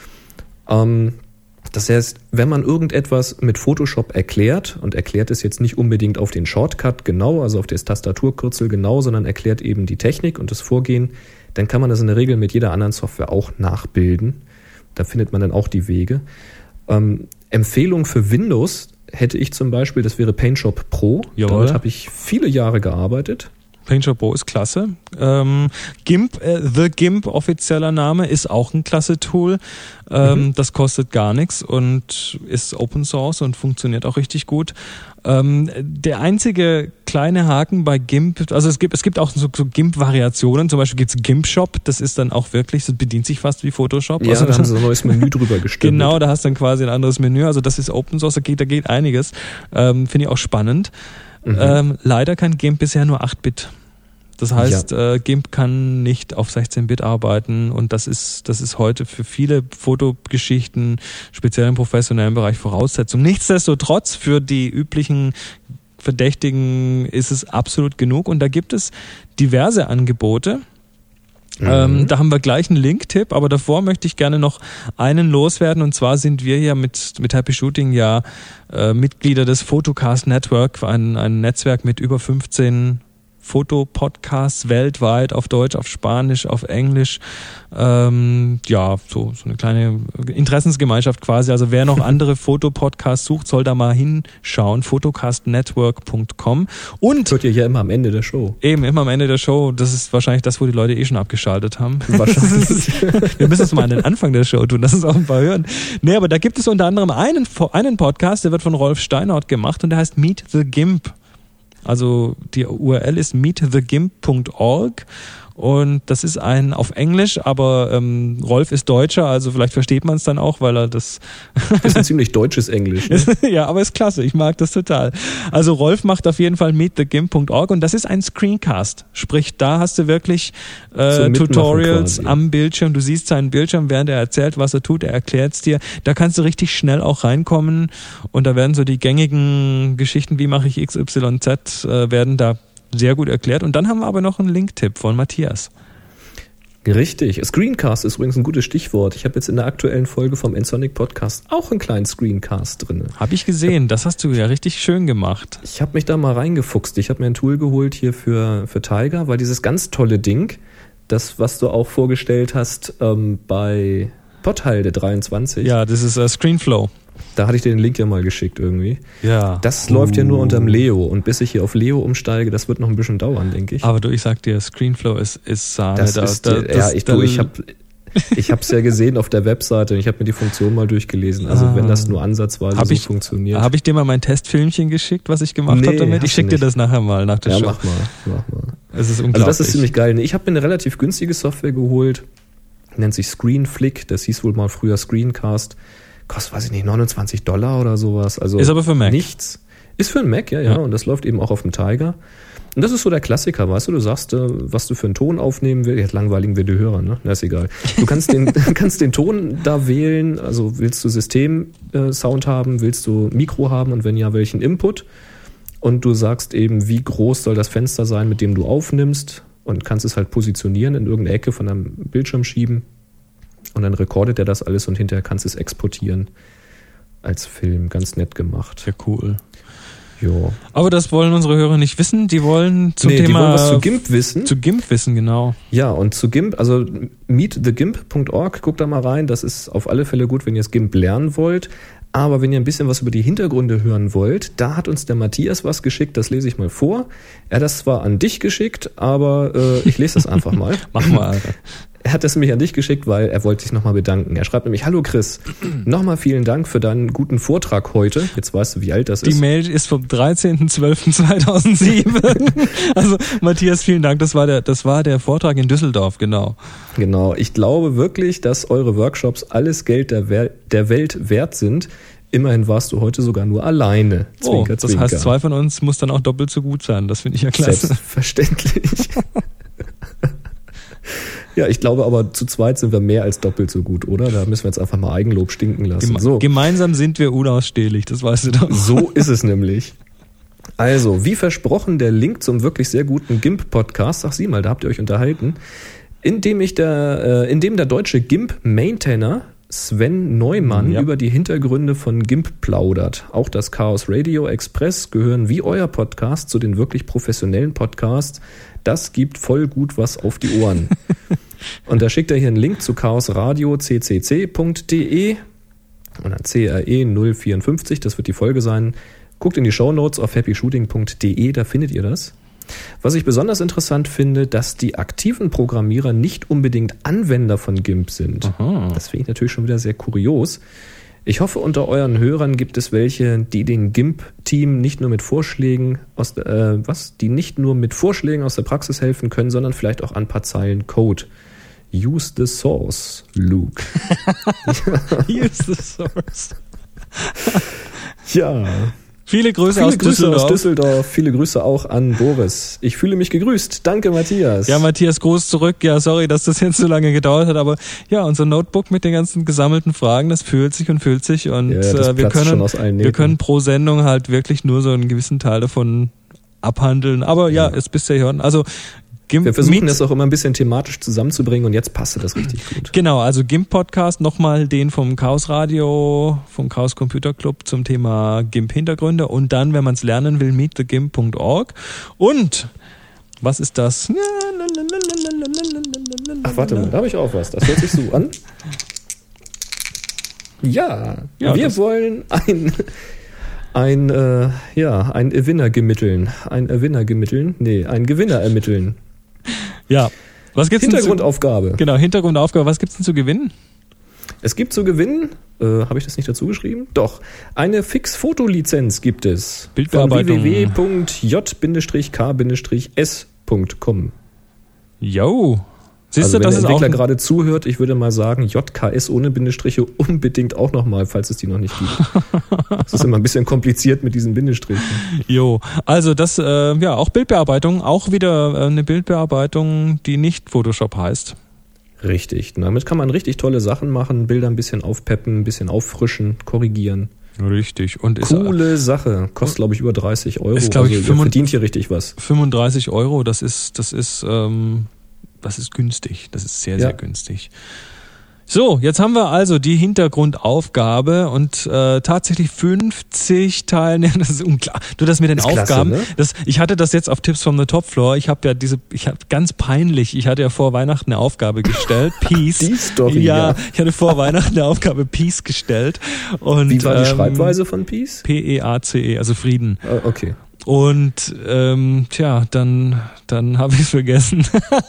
Das heißt, wenn man irgendetwas mit Photoshop erklärt, und erklärt es jetzt nicht unbedingt auf den Shortcut genau, also auf das Tastaturkürzel genau, sondern erklärt eben die Technik und das Vorgehen, dann kann man das in der Regel mit jeder anderen Software auch nachbilden. Da findet man dann auch die Wege. Empfehlung für Windows hätte ich zum Beispiel, das wäre PaintShop Pro. Jawohl. Damit habe ich viele Jahre gearbeitet. PaintShop Pro ist klasse. GIMP, The GIMP offizieller Name, ist auch ein klasse Tool. Das kostet gar nichts und ist Open Source und funktioniert auch richtig gut. Der einzige kleine Haken bei GIMP, also es gibt auch so GIMP-Variationen, zum Beispiel gibt's GIMP-Shop, das ist dann auch wirklich, das bedient sich fast wie Photoshop. Ja, also, da haben sie ein neues Menü drüber gestimmt. Genau, da hast du dann quasi ein anderes Menü, also das ist Open Source, da geht einiges. Finde ich auch spannend. Leider kann GIMP bisher nur 8-Bit. Das heißt, GIMP kann nicht auf 16-Bit arbeiten und das ist heute für viele Fotogeschichten, speziell im professionellen Bereich, Voraussetzung. Nichtsdestotrotz, für die üblichen Verdächtigen ist es absolut genug und da gibt es diverse Angebote. Da haben wir gleich einen Link-Tipp, aber davor möchte ich gerne noch einen loswerden und zwar sind wir ja mit Happy Shooting ja Mitglieder des Photocast Network, ein Netzwerk mit über 15 Fotopodcasts weltweit, auf Deutsch, auf Spanisch, auf Englisch. So eine kleine Interessensgemeinschaft quasi. Also wer noch andere Fotopodcasts sucht, soll da mal hinschauen. photocastnetwork.com. Und hört ihr ja immer am Ende der Show. Eben, immer am Ende der Show. Das ist wahrscheinlich das, wo die Leute schon abgeschaltet haben. Wahrscheinlich. Wir müssen es mal an den Anfang der Show tun, lass uns auch ein paar hören. Nee, aber da gibt es unter anderem einen Podcast, der wird von Rolf Steinort gemacht und der heißt Meet the GIMP. Also die URL ist meetthegimp.org Und das ist ein auf Englisch, aber Rolf ist Deutscher, also vielleicht versteht man es dann auch, weil er das... Das ist ein ziemlich deutsches Englisch. Ne? Ja, aber ist klasse, ich mag das total. Also Rolf macht auf jeden Fall meetthegimp.org und das ist ein Screencast. Sprich, da hast du wirklich Tutorials quasi am Bildschirm. Du siehst seinen Bildschirm, während er erzählt, was er tut. Er erklärt es dir. Da kannst du richtig schnell auch reinkommen und da werden so die gängigen Geschichten, wie mache ich XYZ, werden da sehr gut erklärt. Und dann haben wir aber noch einen Link-Tipp von Matthias. Richtig. Screencast ist übrigens ein gutes Stichwort. Ich habe jetzt in der aktuellen Folge vom nsonic Podcast auch einen kleinen Screencast drin. Habe ich gesehen. Das hast du ja richtig schön gemacht. Ich habe mich da mal reingefuchst. Ich habe mir ein Tool geholt hier für Tiger, weil dieses ganz tolle Ding, das, was du auch vorgestellt hast bei Potthalde 23. Ja, das ist Screenflow. Da hatte ich dir den Link ja mal geschickt irgendwie. Ja. Das läuft ja nur unterm Leo. Und bis ich hier auf Leo umsteige, das wird noch ein bisschen dauern, denke ich. Aber du, ich sag dir, Screenflow ist Sahne. Ich habe es ja gesehen auf der Webseite und ich habe mir die Funktion mal durchgelesen. Also wenn das nur ansatzweise so funktioniert. Habe ich dir mal mein Testfilmchen geschickt, was ich gemacht habe damit? Ich schicke dir das nachher mal nach der Show. Mach mal. Es ist unglaublich. Also das ist ziemlich geil. Ich habe mir eine relativ günstige Software geholt. Nennt sich Screenflick. Das hieß wohl mal früher Screencast. Kostet, weiß ich nicht, $29 oder sowas. Also ist aber für Mac. Nichts. Ist für einen Mac, ja. Und das läuft eben auch auf dem Tiger. Und das ist so der Klassiker, weißt du? Du sagst, was du für einen Ton aufnehmen willst. Jetzt langweiligen wir die Hörer, ne? Na, ist egal. Du kannst den Ton da wählen. Also willst du System-Sound haben? Willst du Mikro haben? Und wenn ja, welchen Input? Und du sagst eben, wie groß soll das Fenster sein, mit dem du aufnimmst? Und kannst es halt positionieren, in irgendeine Ecke von deinem Bildschirm schieben. Und dann rekordet er das alles und hinterher kannst du es exportieren als Film. Ganz nett gemacht. Ja, cool. Jo. Aber das wollen unsere Hörer nicht wissen. Die wollen zum Thema... Die wollen was zu GIMP wissen. Zu GIMP wissen, genau. Ja, und zu GIMP, also meetthegimp.org, guckt da mal rein. Das ist auf alle Fälle gut, wenn ihr das GIMP lernen wollt. Aber wenn ihr ein bisschen was über die Hintergründe hören wollt, da hat uns der Matthias was geschickt, das lese ich mal vor. Er hat das zwar an dich geschickt, aber ich lese das einfach mal. Mach mal, Alter. Er hat das nämlich an dich geschickt, weil er wollte sich nochmal bedanken. Er schreibt nämlich, hallo Chris, nochmal vielen Dank für deinen guten Vortrag heute. Jetzt weißt du, wie alt das ist. Die Mail ist vom 13.12.2007. Also Matthias, vielen Dank. Das war der Vortrag in Düsseldorf, genau. Genau. Ich glaube wirklich, dass eure Workshops alles Geld der Welt wert sind. Immerhin warst du heute sogar nur alleine. Zwinker, das heißt, 2 von uns muss dann auch doppelt so gut sein. Das finde ich ja klasse. Selbstverständlich. Ja, ich glaube aber, zu zweit sind wir mehr als doppelt so gut, oder? Da müssen wir jetzt einfach mal Eigenlob stinken lassen. Gemeinsam sind wir unausstehlich, das weißt du doch. So ist es nämlich. Also, wie versprochen, der Link zum wirklich sehr guten GIMP-Podcast. Ach, sieh mal, da habt ihr euch unterhalten. In dem der deutsche GIMP-Maintainer Sven Neumann über die Hintergründe von GIMP plaudert. Auch das Chaos Radio Express gehören wie euer Podcast zu den wirklich professionellen Podcasts. Das gibt voll gut was auf die Ohren. Und da schickt er hier einen Link zu chaosradio.ccc.de und dann CRE 054, das wird die Folge sein. Guckt in die Shownotes auf happyshooting.de, da findet ihr das. Was ich besonders interessant finde, dass die aktiven Programmierer nicht unbedingt Anwender von GIMP sind. Aha. Das finde ich natürlich schon wieder sehr kurios. Ich hoffe, unter euren Hörern gibt es welche, die den GIMP-Team nicht nur mit Vorschlägen aus der Praxis helfen können, sondern vielleicht auch an ein paar Zeilen Code. Use the source, Luke. Use the source. Ja. Viele Grüße aus Düsseldorf. Viele Grüße auch an Boris. Ich fühle mich gegrüßt. Danke, Matthias. Ja, Matthias, Gruß zurück. Ja, sorry, dass das jetzt so lange gedauert hat, aber ja, unser Notebook mit den ganzen gesammelten Fragen, das füllt sich und ja, wir können pro Sendung halt wirklich nur so einen gewissen Teil davon abhandeln. Aber ja, ist bisher hören. Also GIMP, wir versuchen das auch immer ein bisschen thematisch zusammenzubringen und jetzt passte das richtig gut. Genau, also GIMP-Podcast, nochmal den vom Chaos Radio, vom Chaos Computer Club zum Thema GIMP-Hintergründe und dann, wenn man es lernen will, meetthegimp.org. Und was ist das? Ach, warte mal, da habe ich auch was. Das hört sich so an. Ja, wir wollen einen Gewinner ermitteln. Ja. Was gibt's Hintergrundaufgabe. Genau, Hintergrundaufgabe. Was gibt's denn zu gewinnen? Es gibt zu gewinnen, habe ich das nicht dazu geschrieben? Doch, eine Fix-Fotolizenz gibt es. Bildbearbeitung. Von www.j-k-s.com. Jo. Siehst Also du, wenn das der ist auch Entwickler gerade zuhört, ich würde mal sagen, JKS ohne Bindestriche unbedingt auch nochmal, falls es die noch nicht gibt. Das ist immer ein bisschen kompliziert mit diesen Bindestrichen. Jo, also das, auch Bildbearbeitung, auch wieder eine Bildbearbeitung, die nicht Photoshop heißt. Richtig, damit kann man richtig tolle Sachen machen, Bilder ein bisschen aufpeppen, ein bisschen auffrischen, korrigieren. Richtig. Und Coole Sache, kostet glaube ich über 30 €. Ist, glaube ich, ihr verdient hier richtig was. 35 €, das ist günstig, das ist sehr, sehr günstig. So, jetzt haben wir also die Hintergrundaufgabe und tatsächlich 50 Teilnehmer. Das ist unklar. Du, das mit den Aufgaben. Klasse, ne? Ich hatte das jetzt auf Tips from the Top Floor. Ich hatte ja vor Weihnachten eine Aufgabe gestellt. Peace. Die Story, ja. Ich hatte vor Weihnachten eine Aufgabe Peace gestellt. Und, wie war die Schreibweise von Peace? P-E-A-C-E, also Frieden. Okay. Und dann habe ich es vergessen.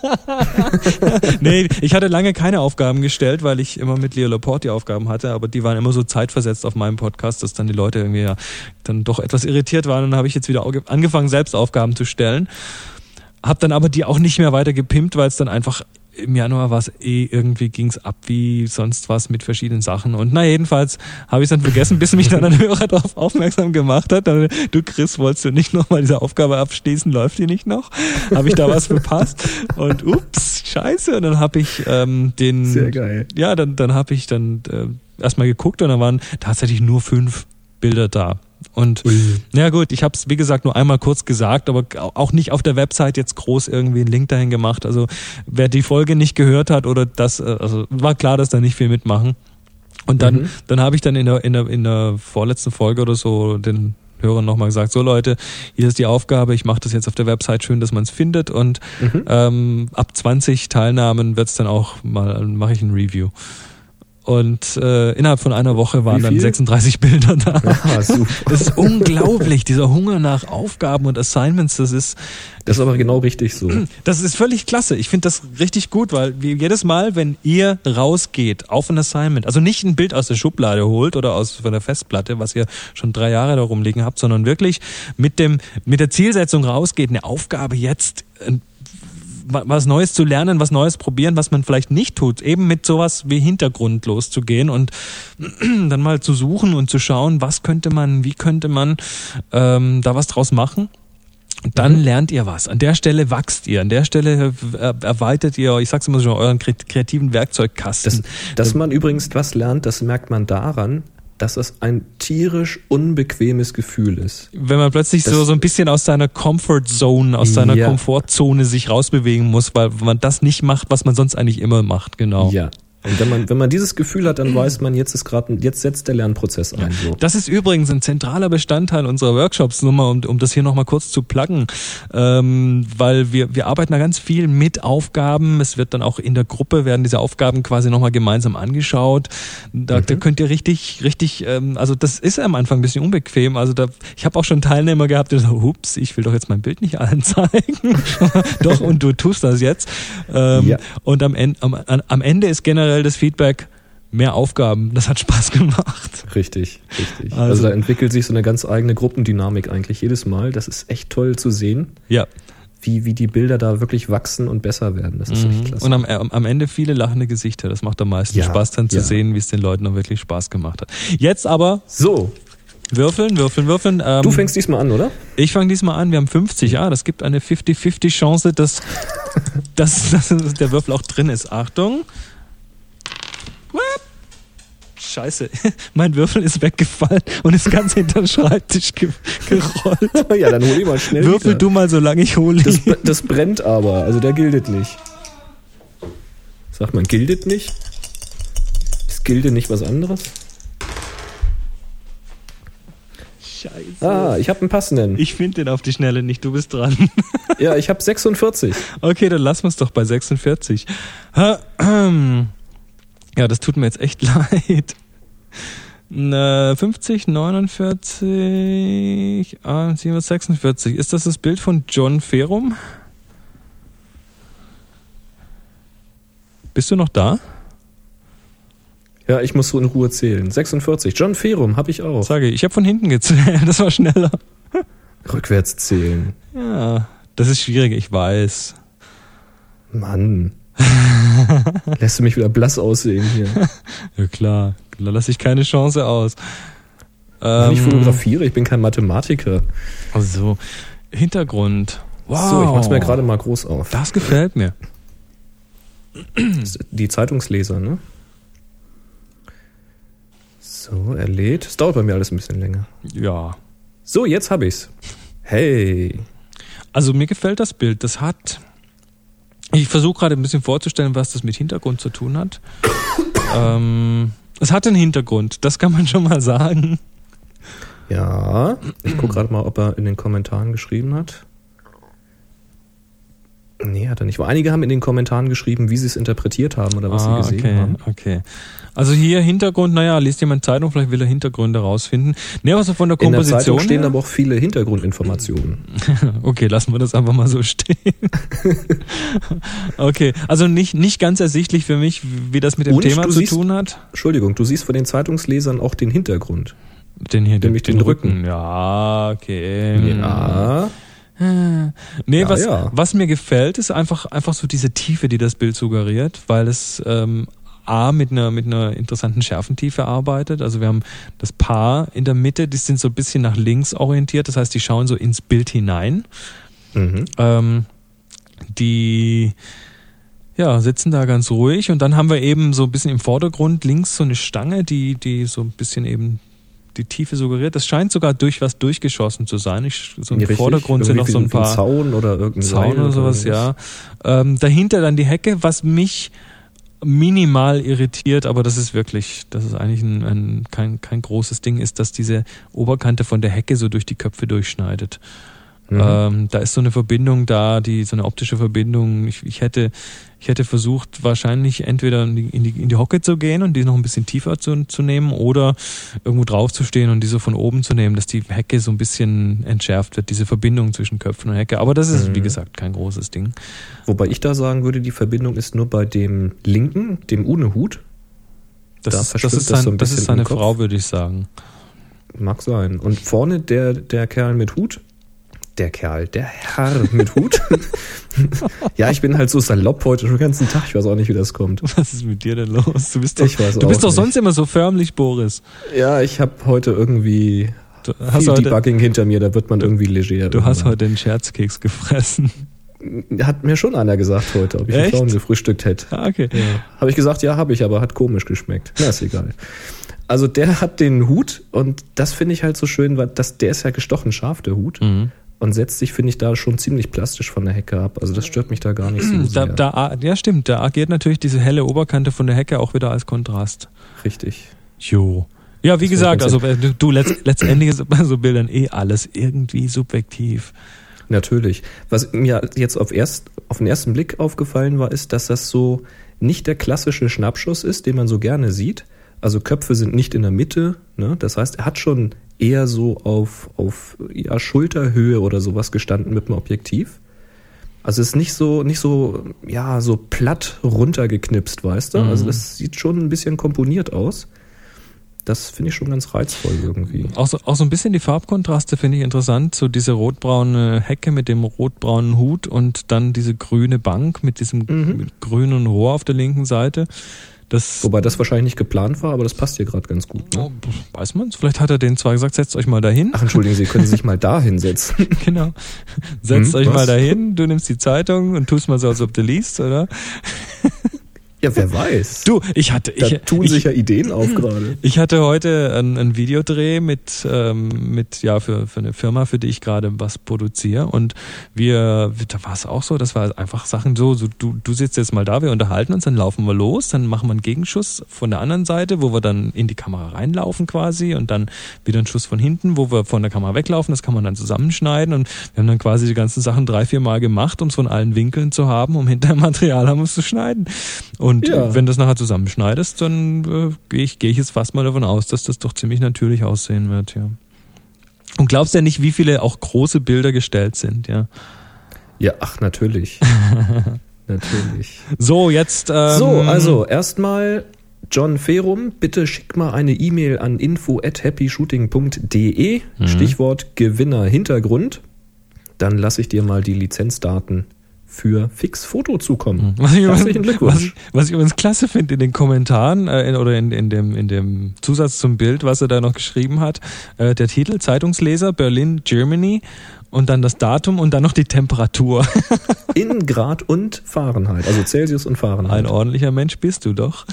Nee, ich hatte lange keine Aufgaben gestellt, weil ich immer mit Leo Laporte die Aufgaben hatte, aber die waren immer so zeitversetzt auf meinem Podcast, dass dann die Leute irgendwie ja dann doch etwas irritiert waren und dann habe ich jetzt wieder angefangen, selbst Aufgaben zu stellen. Hab dann aber die auch nicht mehr weiter gepimpt, weil es dann einfach im Januar war es irgendwie ging's ab wie sonst was mit verschiedenen Sachen. Und jedenfalls habe ich es dann vergessen, bis mich dann ein Hörer darauf aufmerksam gemacht hat. Dann, du Chris, wolltest du nicht nochmal diese Aufgabe abschließen? Läuft die nicht noch? Habe ich da was verpasst? Und ups, scheiße. Und dann habe ich Sehr geil. Ja, dann habe ich erstmal geguckt und da waren tatsächlich nur 5 Bilder da. Und ja gut, ich habe es wie gesagt nur einmal kurz gesagt, aber auch nicht auf der Website jetzt groß irgendwie einen Link dahin gemacht. Also wer die Folge nicht gehört hat oder also war klar, dass da nicht viel mitmachen. Und dann habe ich dann in der vorletzten Folge oder so den Hörern nochmal gesagt, so Leute, hier ist die Aufgabe, ich mache das jetzt auf der Website, schön, dass man es findet und ab 20 Teilnahmen wird's dann auch mache ich ein Review. Und innerhalb von einer Woche waren dann 36 Bilder da. Ah, super. Das ist unglaublich, dieser Hunger nach Aufgaben und Assignments, das ist aber genau richtig so. Das ist völlig klasse. Ich finde das richtig gut, weil jedes Mal, wenn ihr rausgeht auf ein Assignment, also nicht ein Bild aus der Schublade holt oder von der Festplatte, was ihr schon 3 Jahre da rumliegen habt, sondern wirklich mit der Zielsetzung rausgeht, eine Aufgabe jetzt was Neues zu lernen, was Neues probieren, was man vielleicht nicht tut, eben mit sowas wie Hintergrund loszugehen und dann mal zu suchen und zu schauen, wie könnte man da was draus machen. Und dann lernt ihr was. An der Stelle wachst ihr. An der Stelle erweitert ihr, ich sag's immer so, euren kreativen Werkzeugkasten. Dass man übrigens was lernt, das merkt man daran, dass es ein tierisch unbequemes Gefühl ist. Wenn man plötzlich so ein bisschen aus seiner Comfort Zone, aus seiner Komfortzone sich rausbewegen muss, weil man das nicht macht, was man sonst eigentlich immer macht, genau. Ja. Und wenn man dieses Gefühl hat, dann weiß man, jetzt setzt der Lernprozess ein. So. Das ist übrigens ein zentraler Bestandteil unserer Workshops, nur mal, um das hier nochmal kurz zu pluggen, weil wir arbeiten da ganz viel mit Aufgaben. Es wird dann auch in der Gruppe, werden diese Aufgaben quasi nochmal gemeinsam angeschaut. Da könnt ihr richtig, also das ist am Anfang ein bisschen unbequem. Also ich habe auch schon Teilnehmer gehabt, die sagen, ups, ich will doch jetzt mein Bild nicht allen zeigen. Doch, und du tust das jetzt. Und am Ende ist generell das Feedback, mehr Aufgaben, das hat Spaß gemacht. Richtig. Also da entwickelt sich so eine ganz eigene Gruppendynamik eigentlich jedes Mal. Das ist echt toll zu sehen, wie die Bilder da wirklich wachsen und besser werden. Das ist echt klasse. Und am Ende viele lachende Gesichter. Das macht am meisten Spaß dann zu sehen, wie es den Leuten auch wirklich Spaß gemacht hat. Jetzt aber so. Würfeln. Du fängst diesmal an, oder? Ich fange diesmal an. Wir haben 50. Ja, das gibt eine 50-50 Chance, dass der Würfel auch drin ist. Achtung. Scheiße, mein Würfel ist weggefallen und ist ganz hinter den Schreibtisch gerollt. Ja, dann hol ihn mal schnell Würfel wieder. Du mal, solange ich hole ihn. Das brennt aber, also der gildet nicht. Sagt man, gildet nicht? Ist Gilde nicht was anderes? Scheiße. Ich habe einen passenden. Ich finde den auf die Schnelle nicht, du bist dran. Ja, ich habe 46. Okay, dann lassen wir es doch bei 46. Ja, das tut mir jetzt echt leid. 50, 49, 46. Ist das Bild von John Ferum? Bist du noch da? Ja, ich muss so in Ruhe zählen. 46. John Ferum habe ich auch. Sage ich habe von hinten gezählt, das war schneller. Rückwärts zählen. Ja, das ist schwierig, ich weiß. Mann. Lässt du mich wieder blass aussehen hier. Ja klar, da lasse ich keine Chance aus. Ich fotografiere, ich bin kein Mathematiker. Also, Hintergrund. Wow. So, ich mach's mir gerade mal groß auf. Das gefällt mir. Die Zeitungsleser, ne? So, er lädt. Es dauert bei mir alles ein bisschen länger. Ja. So, jetzt hab ich's. Hey. Also mir gefällt das Bild. Das hat... Ich versuche gerade ein bisschen vorzustellen, was das mit Hintergrund zu tun hat. Es hat einen Hintergrund, das kann man schon mal sagen. Ja, ich gucke gerade mal, ob er in den Kommentaren geschrieben hat. Nee, hat er nicht. Aber einige haben in den Kommentaren geschrieben, wie sie es interpretiert haben oder was sie gesehen haben. Okay. Also hier Hintergrund, liest jemand Zeitung, vielleicht will er Hintergründe rausfinden. Nee, also von der Komposition. In der Zeitung stehen aber auch viele Hintergrundinformationen. Okay, lassen wir das einfach mal so stehen. Okay, also nicht ganz ersichtlich für mich, wie das mit dem Thema zu tun hat. Entschuldigung, du siehst von den Zeitungslesern auch den Hintergrund. Nämlich den Rücken. Ja, okay. Ja. Nee, was mir gefällt, ist einfach so diese Tiefe, die das Bild suggeriert, weil es mit einer interessanten Schärfentiefe arbeitet. Also wir haben das Paar in der Mitte, die sind so ein bisschen nach links orientiert, das heißt, die schauen so ins Bild hinein. Mhm. Die sitzen da ganz ruhig und dann haben wir eben so ein bisschen im Vordergrund links so eine Stange, die so ein bisschen eben die Tiefe suggeriert. Das scheint sogar durch was durchgeschossen zu sein. So im Vordergrund sind noch so ein paar Zaun oder irgendein Zaun oder sowas, ja. Dahinter dann die Hecke, was mich minimal irritiert, aber das ist eigentlich kein großes Ding, ist, dass diese Oberkante von der Hecke so durch die Köpfe durchschneidet. Mhm. Da ist so eine Verbindung da, so eine optische Verbindung. Ich hätte versucht, wahrscheinlich entweder in die Hocke zu gehen und die noch ein bisschen tiefer zu nehmen oder irgendwo drauf zu stehen und die so von oben zu nehmen, dass die Hecke so ein bisschen entschärft wird, diese Verbindung zwischen Köpfen und Hecke. Aber das ist, wie gesagt, kein großes Ding. Wobei ich da sagen würde, die Verbindung ist nur bei dem linken, dem ohne Hut. Das ist seine Frau, würde ich sagen. Mag sein. Und vorne der Kerl mit Hut. Der Herr mit Hut. Ja, ich bin halt so salopp heute schon den ganzen Tag. Ich weiß auch nicht, wie das kommt. Was ist mit dir denn los? Du bist doch sonst immer so förmlich, Boris. Ja, ich habe heute irgendwie viel Debugging hinter mir. Da wird man irgendwie leger. Du hast heute einen Scherzkeks gefressen. Hat mir schon einer gesagt heute, ob ich einen Clown gefrühstückt hätte. Ah, okay. Ja. Habe ich gesagt, ja, habe ich, aber hat komisch geschmeckt. Na, ist egal. Also der hat den Hut und das finde ich halt so schön, weil der ist ja gestochen scharf, der Hut. Mhm. Und setzt sich, finde ich, da schon ziemlich plastisch von der Hecke ab. Also das stört mich da gar nicht so sehr. Ja, stimmt. Da agiert natürlich diese helle Oberkante von der Hecke auch wieder als Kontrast. Richtig. Jo. Ja, wie gesagt, also du letztendlich ist bei so Bildern alles irgendwie subjektiv. Natürlich. Was mir jetzt auf den ersten Blick aufgefallen war, ist, dass das so nicht der klassische Schnappschuss ist, den man so gerne sieht. Also Köpfe sind nicht in der Mitte, ne? Das heißt, er hat schon eher so auf Schulterhöhe oder sowas gestanden mit dem Objektiv. Also es ist nicht so platt runtergeknipst, weißt du? Mhm. Also das sieht schon ein bisschen komponiert aus. Das finde ich schon ganz reizvoll irgendwie. Auch so ein bisschen die Farbkontraste finde ich interessant. So diese rotbraune Hecke mit dem rotbraunen Hut und dann diese grüne Bank mit diesem grünen Rohr auf der linken Seite. Wobei das wahrscheinlich nicht geplant war, aber das passt hier gerade ganz gut. Ne? Oh, weiß man's? Vielleicht hat er denen zwar gesagt, setzt euch mal dahin. Ach, entschuldigen Sie, können Sie sich mal da hinsetzen. Genau. Setzt euch mal dahin, du nimmst die Zeitung und tust mal so, als ob du liest, oder? Ja, wer weiß. Du, da tun sich ja Ideen auf gerade. Ich hatte heute einen Videodreh für eine Firma, für die ich gerade was produziere. Und da war es auch so, das war einfach Sachen so du sitzt jetzt mal da, wir unterhalten uns, dann laufen wir los, dann machen wir einen Gegenschuss von der anderen Seite, wo wir dann in die Kamera reinlaufen quasi und dann wieder einen Schuss von hinten, wo wir von der Kamera weglaufen, das kann man dann zusammenschneiden und wir haben dann quasi die ganzen Sachen 3-4 Mal gemacht, um es von allen Winkeln zu haben, um hinterher Material haben, um es zu schneiden. Und wenn du das nachher zusammenschneidest, dann gehe ich jetzt fast mal davon aus, dass das doch ziemlich natürlich aussehen wird, ja. Und glaubst ja nicht, wie viele auch große Bilder gestellt sind, ja. Ja, ach, natürlich. Natürlich. So, jetzt... also erstmal John Ferum, bitte schick mal eine E-Mail an info@happyshooting.de, Stichwort Gewinner Hintergrund. Dann lasse ich dir mal die Lizenzdaten für Fix Foto zukommen. Herzlichen Glückwunsch. Was ich übrigens klasse finde in den Kommentaren oder in dem Zusatz zum Bild, was er da noch geschrieben hat, der Titel Zeitungsleser Berlin, Germany und dann das Datum und dann noch die Temperatur. In Grad und Fahrenheit, also Celsius und Fahrenheit. Ein ordentlicher Mensch bist du doch.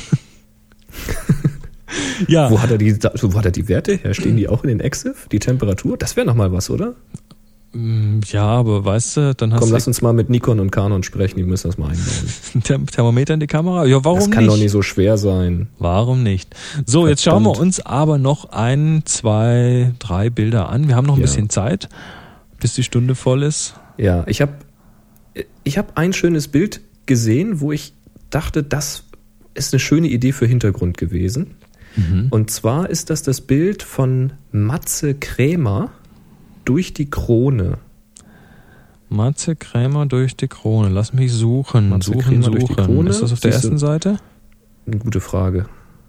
Ja. Wo hat er die Werte her? Stehen die auch in den EXIF? Die Temperatur? Das wäre nochmal was, oder? Ja, aber weißt du, dann hast du... Komm, lass uns mal mit Nikon und Canon sprechen, die müssen das mal einbauen. Thermometer in die Kamera? Ja, warum nicht? Das kann doch nicht so schwer sein. Warum nicht? So, jetzt schauen wir uns aber noch 1, 2, 3 Bilder an. Wir haben noch ein bisschen Zeit, bis die Stunde voll ist. Ja, ich hab ein schönes Bild gesehen, wo ich dachte, das ist eine schöne Idee für Hintergrund gewesen. Und zwar ist das Bild von Matze Krämer durch die Krone. Matze Krämer durch die Krone. Lass mich suchen. Matze Krämer durch die Krone. Ist das auf der ersten Seite? Eine gute Frage.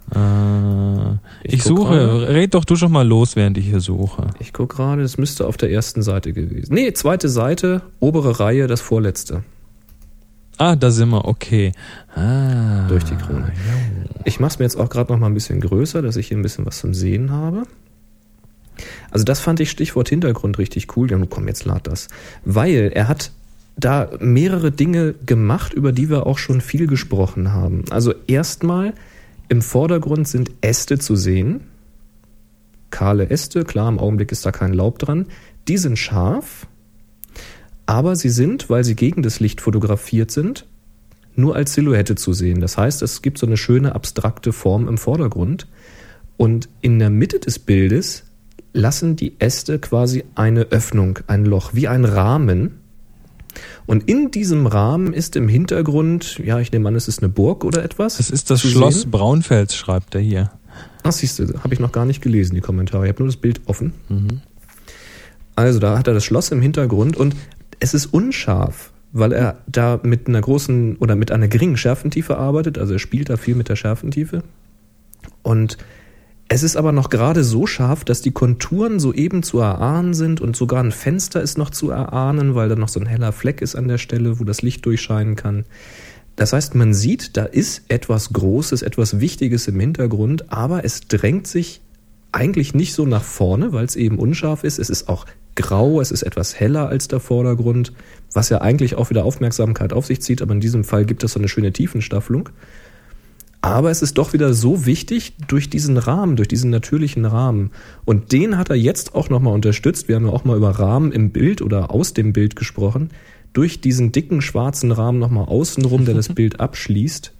Ich suche. Red doch du schon mal los, während ich hier suche. Ich gucke gerade, das müsste auf der ersten Seite gewesen. Nee, zweite Seite, obere Reihe, das vorletzte. Ah, da sind wir, okay. Durch die Krone. Ja. Ich mache es mir jetzt auch gerade noch mal ein bisschen größer, dass ich hier ein bisschen was zum Sehen habe. Also das fand ich Stichwort Hintergrund richtig cool. Ja, komm, jetzt lad das. Weil er hat da mehrere Dinge gemacht, über die wir auch schon viel gesprochen haben. Also erstmal, im Vordergrund sind Äste zu sehen. Kahle Äste, klar, im Augenblick ist da kein Laub dran. Die sind scharf, aber sie sind, weil sie gegen das Licht fotografiert sind, nur als Silhouette zu sehen. Das heißt, es gibt so eine schöne abstrakte Form im Vordergrund. Und in der Mitte des Bildes lassen die Äste quasi eine Öffnung, ein Loch, wie ein Rahmen. Und in diesem Rahmen ist im Hintergrund, ja, ich nehme an, es ist eine Burg oder etwas. Es ist das Schloss Braunfels, schreibt er hier. Ach, siehst du, habe ich noch gar nicht gelesen, die Kommentare. Ich habe nur das Bild offen. Also da hat er das Schloss im Hintergrund und es ist unscharf, weil er da mit einer großen oder mit einer geringen Schärfentiefe arbeitet. Also er spielt da viel mit der Schärfentiefe. Und es ist aber noch gerade so scharf, dass die Konturen soeben zu erahnen sind und sogar ein Fenster ist noch zu erahnen, weil da noch so ein heller Fleck ist an der Stelle, wo das Licht durchscheinen kann. Das heißt, man sieht, da ist etwas Großes, etwas Wichtiges im Hintergrund, aber es drängt sich eigentlich nicht so nach vorne, weil es eben unscharf ist. Es ist auch grau, es ist etwas heller als der Vordergrund, was ja eigentlich auch wieder Aufmerksamkeit auf sich zieht, aber in diesem Fall gibt es so eine schöne Tiefenstaffelung. Aber es ist doch wieder so wichtig durch diesen Rahmen, durch diesen natürlichen Rahmen. Und den hat er jetzt auch nochmal unterstützt. Wir haben ja auch mal über Rahmen im Bild oder aus dem Bild gesprochen. Durch diesen dicken schwarzen Rahmen nochmal außenrum, der das Bild abschließt.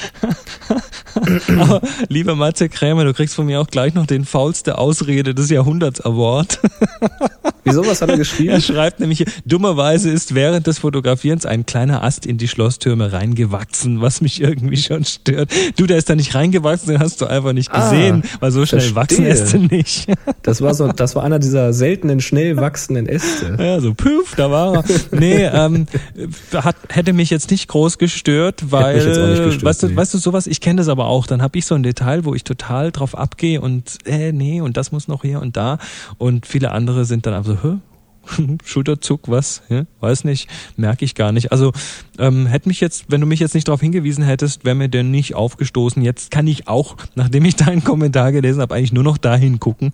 Aber, lieber Matze Krämer, du kriegst von mir auch gleich noch den faulste Ausrede des Jahrhunderts Award. Wieso, was hat er geschrieben? Er schreibt nämlich, dummerweise ist während des Fotografierens ein kleiner Ast in die Schlosstürme reingewachsen, was mich irgendwie schon stört. Du, der ist da nicht reingewachsen, den hast du einfach nicht gesehen, weil so schnell wachsen Äste nicht. Das war einer dieser seltenen, schnell wachsenden Äste. Ja, so püff, da war er. Nee, hätte mich jetzt nicht groß gestört, weil, weißt du sowas, ich kenne das aber auch, dann habe ich so ein Detail, wo ich total drauf abgehe und nee, und das muss noch hier und da und viele andere sind dann einfach so, Schulterzuck, was? Ja, weiß nicht, merke ich gar nicht. Also hätte mich jetzt, wenn du mich jetzt nicht darauf hingewiesen hättest, wäre mir der nicht aufgestoßen. Jetzt kann ich auch, nachdem ich deinen Kommentar gelesen habe, eigentlich nur noch dahin gucken.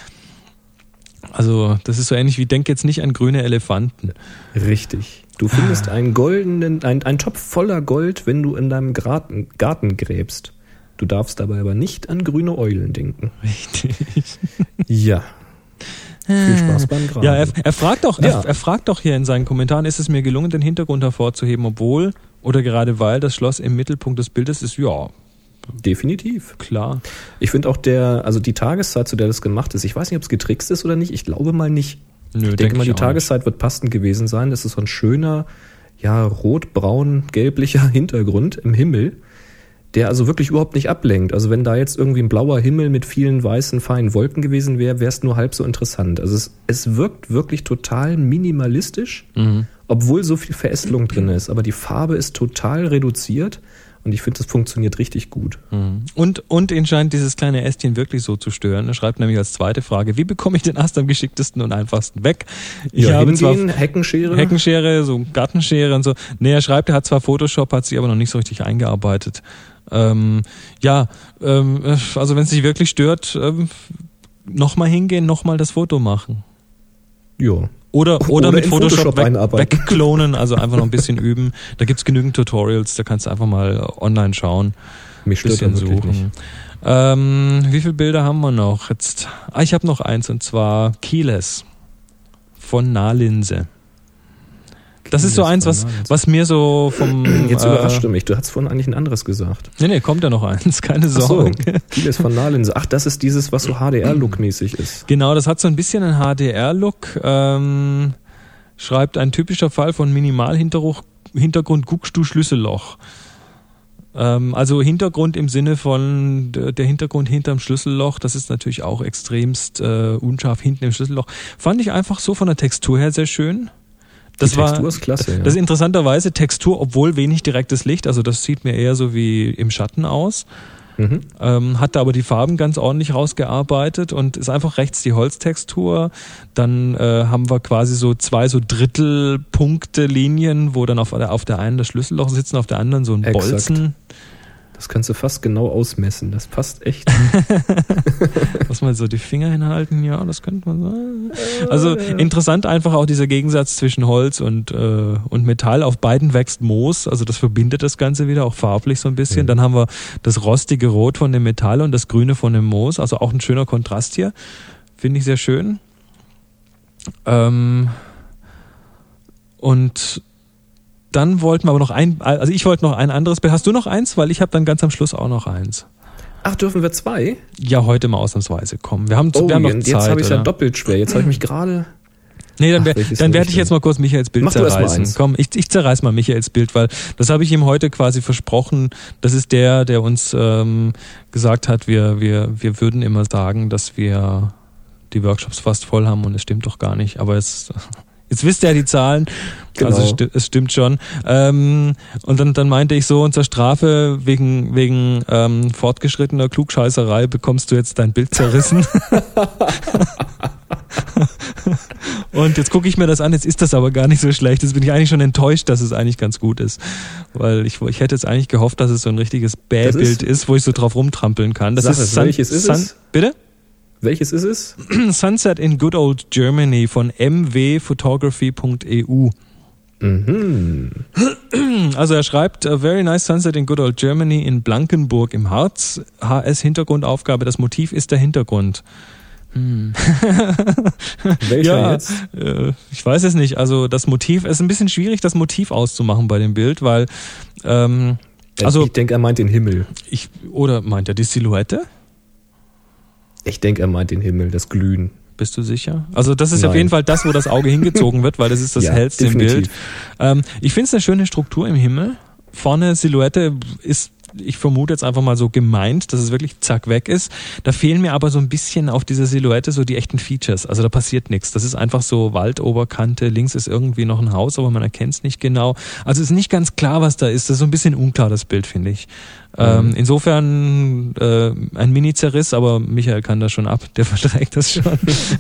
Also das ist so ähnlich wie denk jetzt nicht an grüne Elefanten. Richtig. Du findest einen Topf voller Gold, wenn du in deinem Garten gräbst. Du darfst dabei aber nicht an grüne Eulen denken. Richtig. Ja. Viel Spaß beim Graben. Ja, er fragt doch hier in seinen Kommentaren, ist es mir gelungen, den Hintergrund hervorzuheben, obwohl oder gerade weil das Schloss im Mittelpunkt des Bildes ist? Ja. Definitiv. Klar. Ich finde auch die Tageszeit, zu der das gemacht ist, ich weiß nicht, ob es getrickst ist oder nicht, ich glaube mal nicht. Nö, ich denke mal, die Tageszeit wird passend gewesen sein. Das ist so ein schöner, ja, rot-braun-gelblicher Hintergrund im Himmel, der also wirklich überhaupt nicht ablenkt. Also wenn da jetzt irgendwie ein blauer Himmel mit vielen weißen, feinen Wolken gewesen wäre, wäre es nur halb so interessant. Also es wirkt wirklich total minimalistisch, obwohl so viel Verästelung drin ist. Aber die Farbe ist total reduziert Und ich finde, das funktioniert richtig gut. Und ihn scheint dieses kleine Ästchen wirklich so zu stören. Er schreibt nämlich als zweite Frage, wie bekomme ich den Ast am geschicktesten und einfachsten weg? Ich habe zwar Heckenschere, so Gartenschere und so. Nee, er schreibt, er hat zwar Photoshop, hat sich aber noch nicht so richtig eingearbeitet. Also wenn es dich wirklich stört, nochmal hingehen, nochmal das Foto machen. Ja. Oder mit Photoshop wegklonen, also einfach noch ein bisschen üben. Da gibt's genügend Tutorials, da kannst du einfach mal online schauen. Mich stört das wirklich nicht. Wie viele Bilder haben wir noch jetzt? Ich habe noch eins, und zwar Keyless von Nahlinse. Das ist so eins, was mir so vom... Jetzt überrascht du mich, du hast vorhin eigentlich ein anderes gesagt. Nee, kommt ja noch eins, keine Sorge. Ach so, Keyless von Nahlinse. Ach, das ist dieses, was so HDR-Look-mäßig ist. Genau, das hat so ein bisschen einen HDR-Look. Schreibt, ein typischer Fall von Minimalhintergrund, guckst du Schlüsselloch. Also Hintergrund im Sinne von der Hintergrund hinterm Schlüsselloch, das ist natürlich auch extremst unscharf hinten im Schlüsselloch. Fand ich einfach so von der Textur her sehr schön. Die Textur ist klasse, ja. Das ist interessanterweise Textur, obwohl wenig direktes Licht, also das sieht mir eher so wie im Schatten aus. Hat da aber die Farben ganz ordentlich rausgearbeitet und ist einfach rechts die Holztextur. Dann haben wir quasi so 2 so Drittelpunkte-Linien, wo dann auf der einen das Schlüsselloch sitzen, auf der anderen so ein Bolzen. Das kannst du fast genau ausmessen. Das passt echt. Muss man so die Finger hinhalten, ja, das könnte man sagen. Also interessant einfach auch dieser Gegensatz zwischen Holz und Metall. Auf beiden wächst Moos, also das verbindet das Ganze wieder, auch farblich so ein bisschen. Mhm. Dann haben wir das rostige Rot von dem Metall und das Grüne von dem Moos. Also auch ein schöner Kontrast hier. Finde ich sehr schön. Und dann wollten wir aber noch ich wollte noch ein anderes Bild. Hast du noch eins? Weil ich habe dann ganz am Schluss auch noch eins. Ach, dürfen wir 2? Ja, heute mal ausnahmsweise kommen. Wir haben noch Zeit. Jetzt habe ich es ja doppelt schwer. Jetzt habe ich mich gerade... Nee, dann werde ich jetzt mal kurz Michaels Bild zerreißen. Komm, ich zerreiß mal Michaels Bild, weil das habe ich ihm heute quasi versprochen. Das ist der uns gesagt hat, wir würden immer sagen, dass wir die Workshops fast voll haben, und es stimmt doch gar nicht. Aber jetzt wisst ihr ja die Zahlen, genau. Also es stimmt schon. Und dann meinte ich so, zur Strafe wegen fortgeschrittener Klugscheißerei bekommst du jetzt dein Bild zerrissen. Und jetzt gucke ich mir das an, jetzt ist das aber gar nicht so schlecht. Jetzt bin ich eigentlich schon enttäuscht, dass es eigentlich ganz gut ist. Weil ich hätte jetzt eigentlich gehofft, dass es so ein richtiges Bäh-Bild ist, wo ich so drauf rumtrampeln kann. Welches ist es? Bitte? Welches ist es? Sunset in Good Old Germany von mwphotography.eu. Mhm. Also er schreibt, a very nice sunset in good old Germany in Blankenburg im Harz. HS Hintergrundaufgabe, das Motiv ist der Hintergrund. Welcher jetzt? Ich weiß es nicht. Also das Motiv, es ist ein bisschen schwierig, das Motiv auszumachen bei dem Bild, weil ich denke, er meint den Himmel. Oder meint er die Silhouette? Ich denke, er meint den Himmel, das Glühen. Bist du sicher? Also das ist auf jeden Fall das, wo das Auge hingezogen wird, weil das ist das ja, hellste definitiv. im Bild. Ich finde es eine schöne Struktur im Himmel. Vorne Silhouette ist, ich vermute jetzt einfach mal so gemeint, dass es wirklich zack weg ist. Da fehlen mir aber so ein bisschen auf dieser Silhouette so die echten Features. Also da passiert nichts. Das ist einfach so Waldoberkante. Links ist irgendwie noch ein Haus, aber man erkennt es nicht genau. Also es ist nicht ganz klar, was da ist. Das ist so ein bisschen unklar, das Bild, finde ich. Insofern ein Mini-Zerriss, aber Michael kann das schon ab. Der verträgt das schon.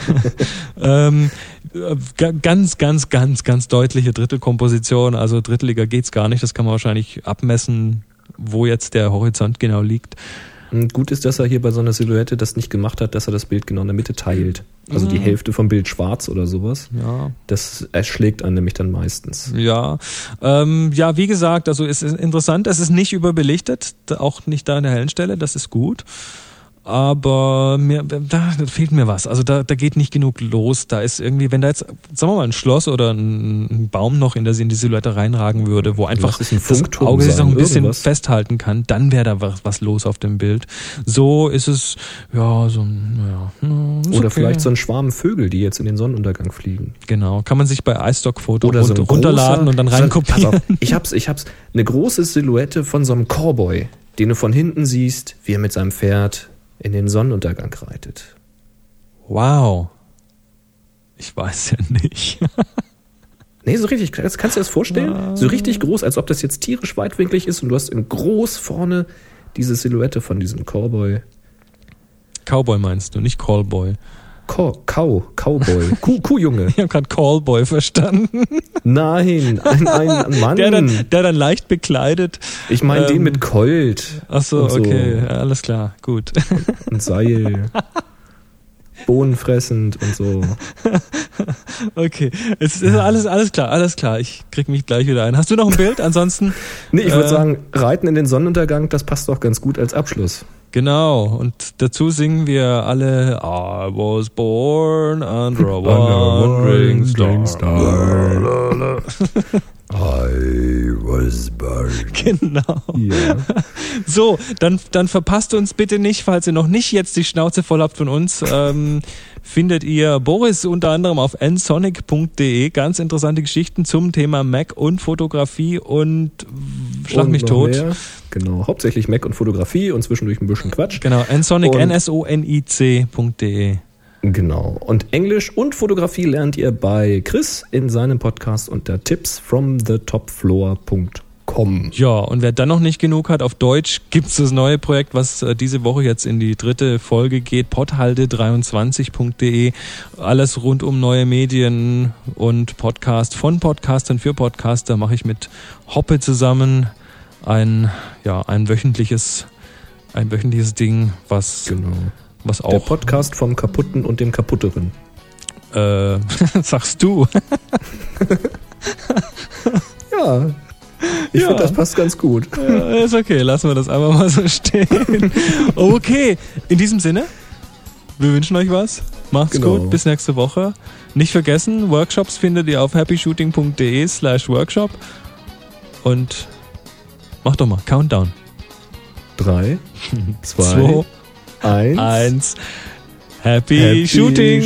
Ganz deutliche Drittelkomposition. Also dritteliger geht's gar nicht. Das kann man wahrscheinlich abmessen, wo jetzt der Horizont genau liegt. Gut ist, dass er hier bei so einer Silhouette das nicht gemacht hat, dass er das Bild genau in der Mitte teilt. Also die Hälfte vom Bild schwarz oder sowas. Ja. Das erschlägt einen nämlich dann meistens. Ja. Wie gesagt, also es ist interessant, es ist nicht überbelichtet, auch nicht da an der hellen Stelle, das ist gut. Aber da fehlt mir was. Also da geht nicht genug los. Da ist irgendwie, wenn da jetzt, sagen wir mal, ein Schloss oder ein Baum noch in die Silhouette reinragen würde, wo einfach das Auge sich noch ein bisschen festhalten kann, dann wäre da was los auf dem Bild. So ist es, ja, so, ja. Oder vielleicht so ein Schwarm Vögel, die jetzt in den Sonnenuntergang fliegen. Genau. Kann man sich bei iStock-Foto runterladen und dann reinkopieren. Ich hab's. Eine große Silhouette von so einem Cowboy, den du von hinten siehst, wie er mit seinem Pferd in den Sonnenuntergang reitet. Wow. Ich weiß ja nicht. Nee, so richtig, kannst du dir das vorstellen? So richtig groß, als ob das jetzt tierisch weitwinklig ist und du hast in groß vorne diese Silhouette von diesem Cowboy. Cowboy meinst du, nicht Callboy. Cowboy. Kuhjunge. Ich habe gerade Callboy verstanden. Nein, ein Mann. Der dann leicht bekleidet. Ich meine den mit Colt. Ach so, okay, ja, alles klar, gut. Und Seil. Bohnenfressend und so. Okay, es ist alles klar. Ich krieg mich gleich wieder ein. Hast du noch ein Bild? Ansonsten? Nee, ich würde sagen, Reiten in den Sonnenuntergang, das passt doch ganz gut als Abschluss. Genau, und dazu singen wir alle I was born under a wandering star. I was born. Genau. Ja. So, dann verpasst uns bitte nicht, falls ihr noch nicht jetzt die Schnauze voll habt von uns, findet ihr Boris unter anderem auf nsonic.de. Ganz interessante Geschichten zum Thema Mac und Fotografie und schlag mich tot. Mehr. Genau, hauptsächlich Mac und Fotografie und zwischendurch ein bisschen Quatsch. Genau, nsonic, nsonic.de. Genau. Und Englisch und Fotografie lernt ihr bei Chris in seinem Podcast unter tipsfromthetopfloor.com. Ja, und wer dann noch nicht genug hat, auf Deutsch gibt's das neue Projekt, was diese Woche jetzt in die 3. Folge geht, podhalde23.de. Alles rund um neue Medien und Podcast von Podcastern für Podcaster mache ich mit Hoppe zusammen ein wöchentliches Ding, was auch... Der Podcast vom Kaputten und dem Kaputteren. Sagst du. Ja, ich finde, das passt ganz gut. Ja, ist okay, lassen wir das einfach mal so stehen. Okay, in diesem Sinne, wir wünschen euch was. Macht's gut, bis nächste Woche. Nicht vergessen, Workshops findet ihr auf happyshooting.de/workshop. Und macht doch mal Countdown. 3, 2, 1. Happy Shooting.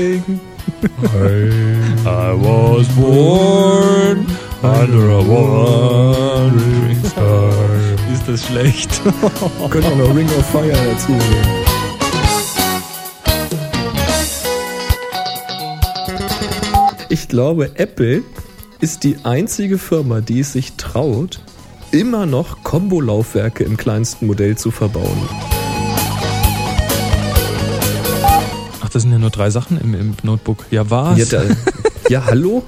I was born under a wandering star. Ist das schlecht? Können wir noch Ring of Fire dazu nehmen. Ich glaube, Apple ist die einzige Firma, die es sich traut, immer noch Kombolaufwerke im kleinsten Modell zu verbauen. Ach, das sind ja nur 3 Sachen im Notebook. Ja, was? Ja, hallo?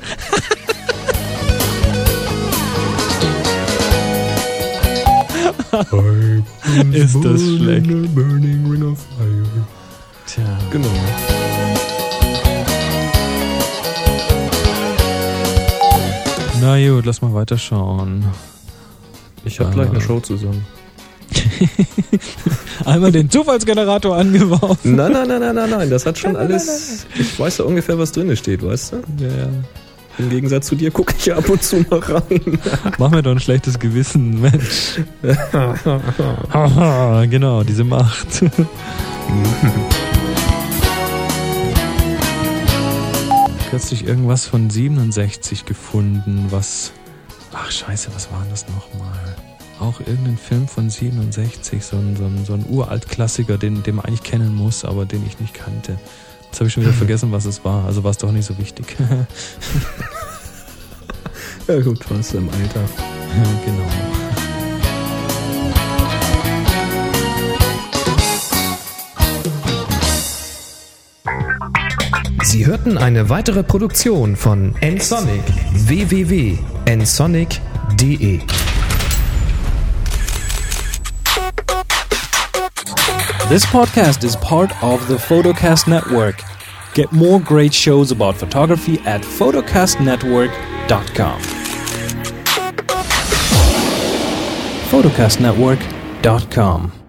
Ist das schlecht? Burning Ring of Fire. Tja. Genau. Na gut, lass mal weiterschauen. Ich habe gleich eine Show zusammen. Einmal den Zufallsgenerator angeworfen. Nein, das hat schon alles... Ich weiß ja ungefähr, was drin steht, weißt du? Ja. Im Gegensatz zu dir gucke ich ja ab und zu mal rein. Mach mir doch ein schlechtes Gewissen, Mensch. Genau, diese Macht. Kürzlich irgendwas von 67 gefunden, was... Ach scheiße, was war denn das nochmal? Auch irgendein Film von 67, so ein Uralt-Klassiker, den man eigentlich kennen muss, aber den ich nicht kannte. Jetzt habe ich schon wieder vergessen, was es war. Also war es doch nicht so wichtig. Ja gut, fast im Alter. Genau. Sie hörten eine weitere Produktion von nsonic. www.nsonic.de. This podcast is part of the Photocast Network. Get more great shows about photography at photocastnetwork.com. photocastnetwork.com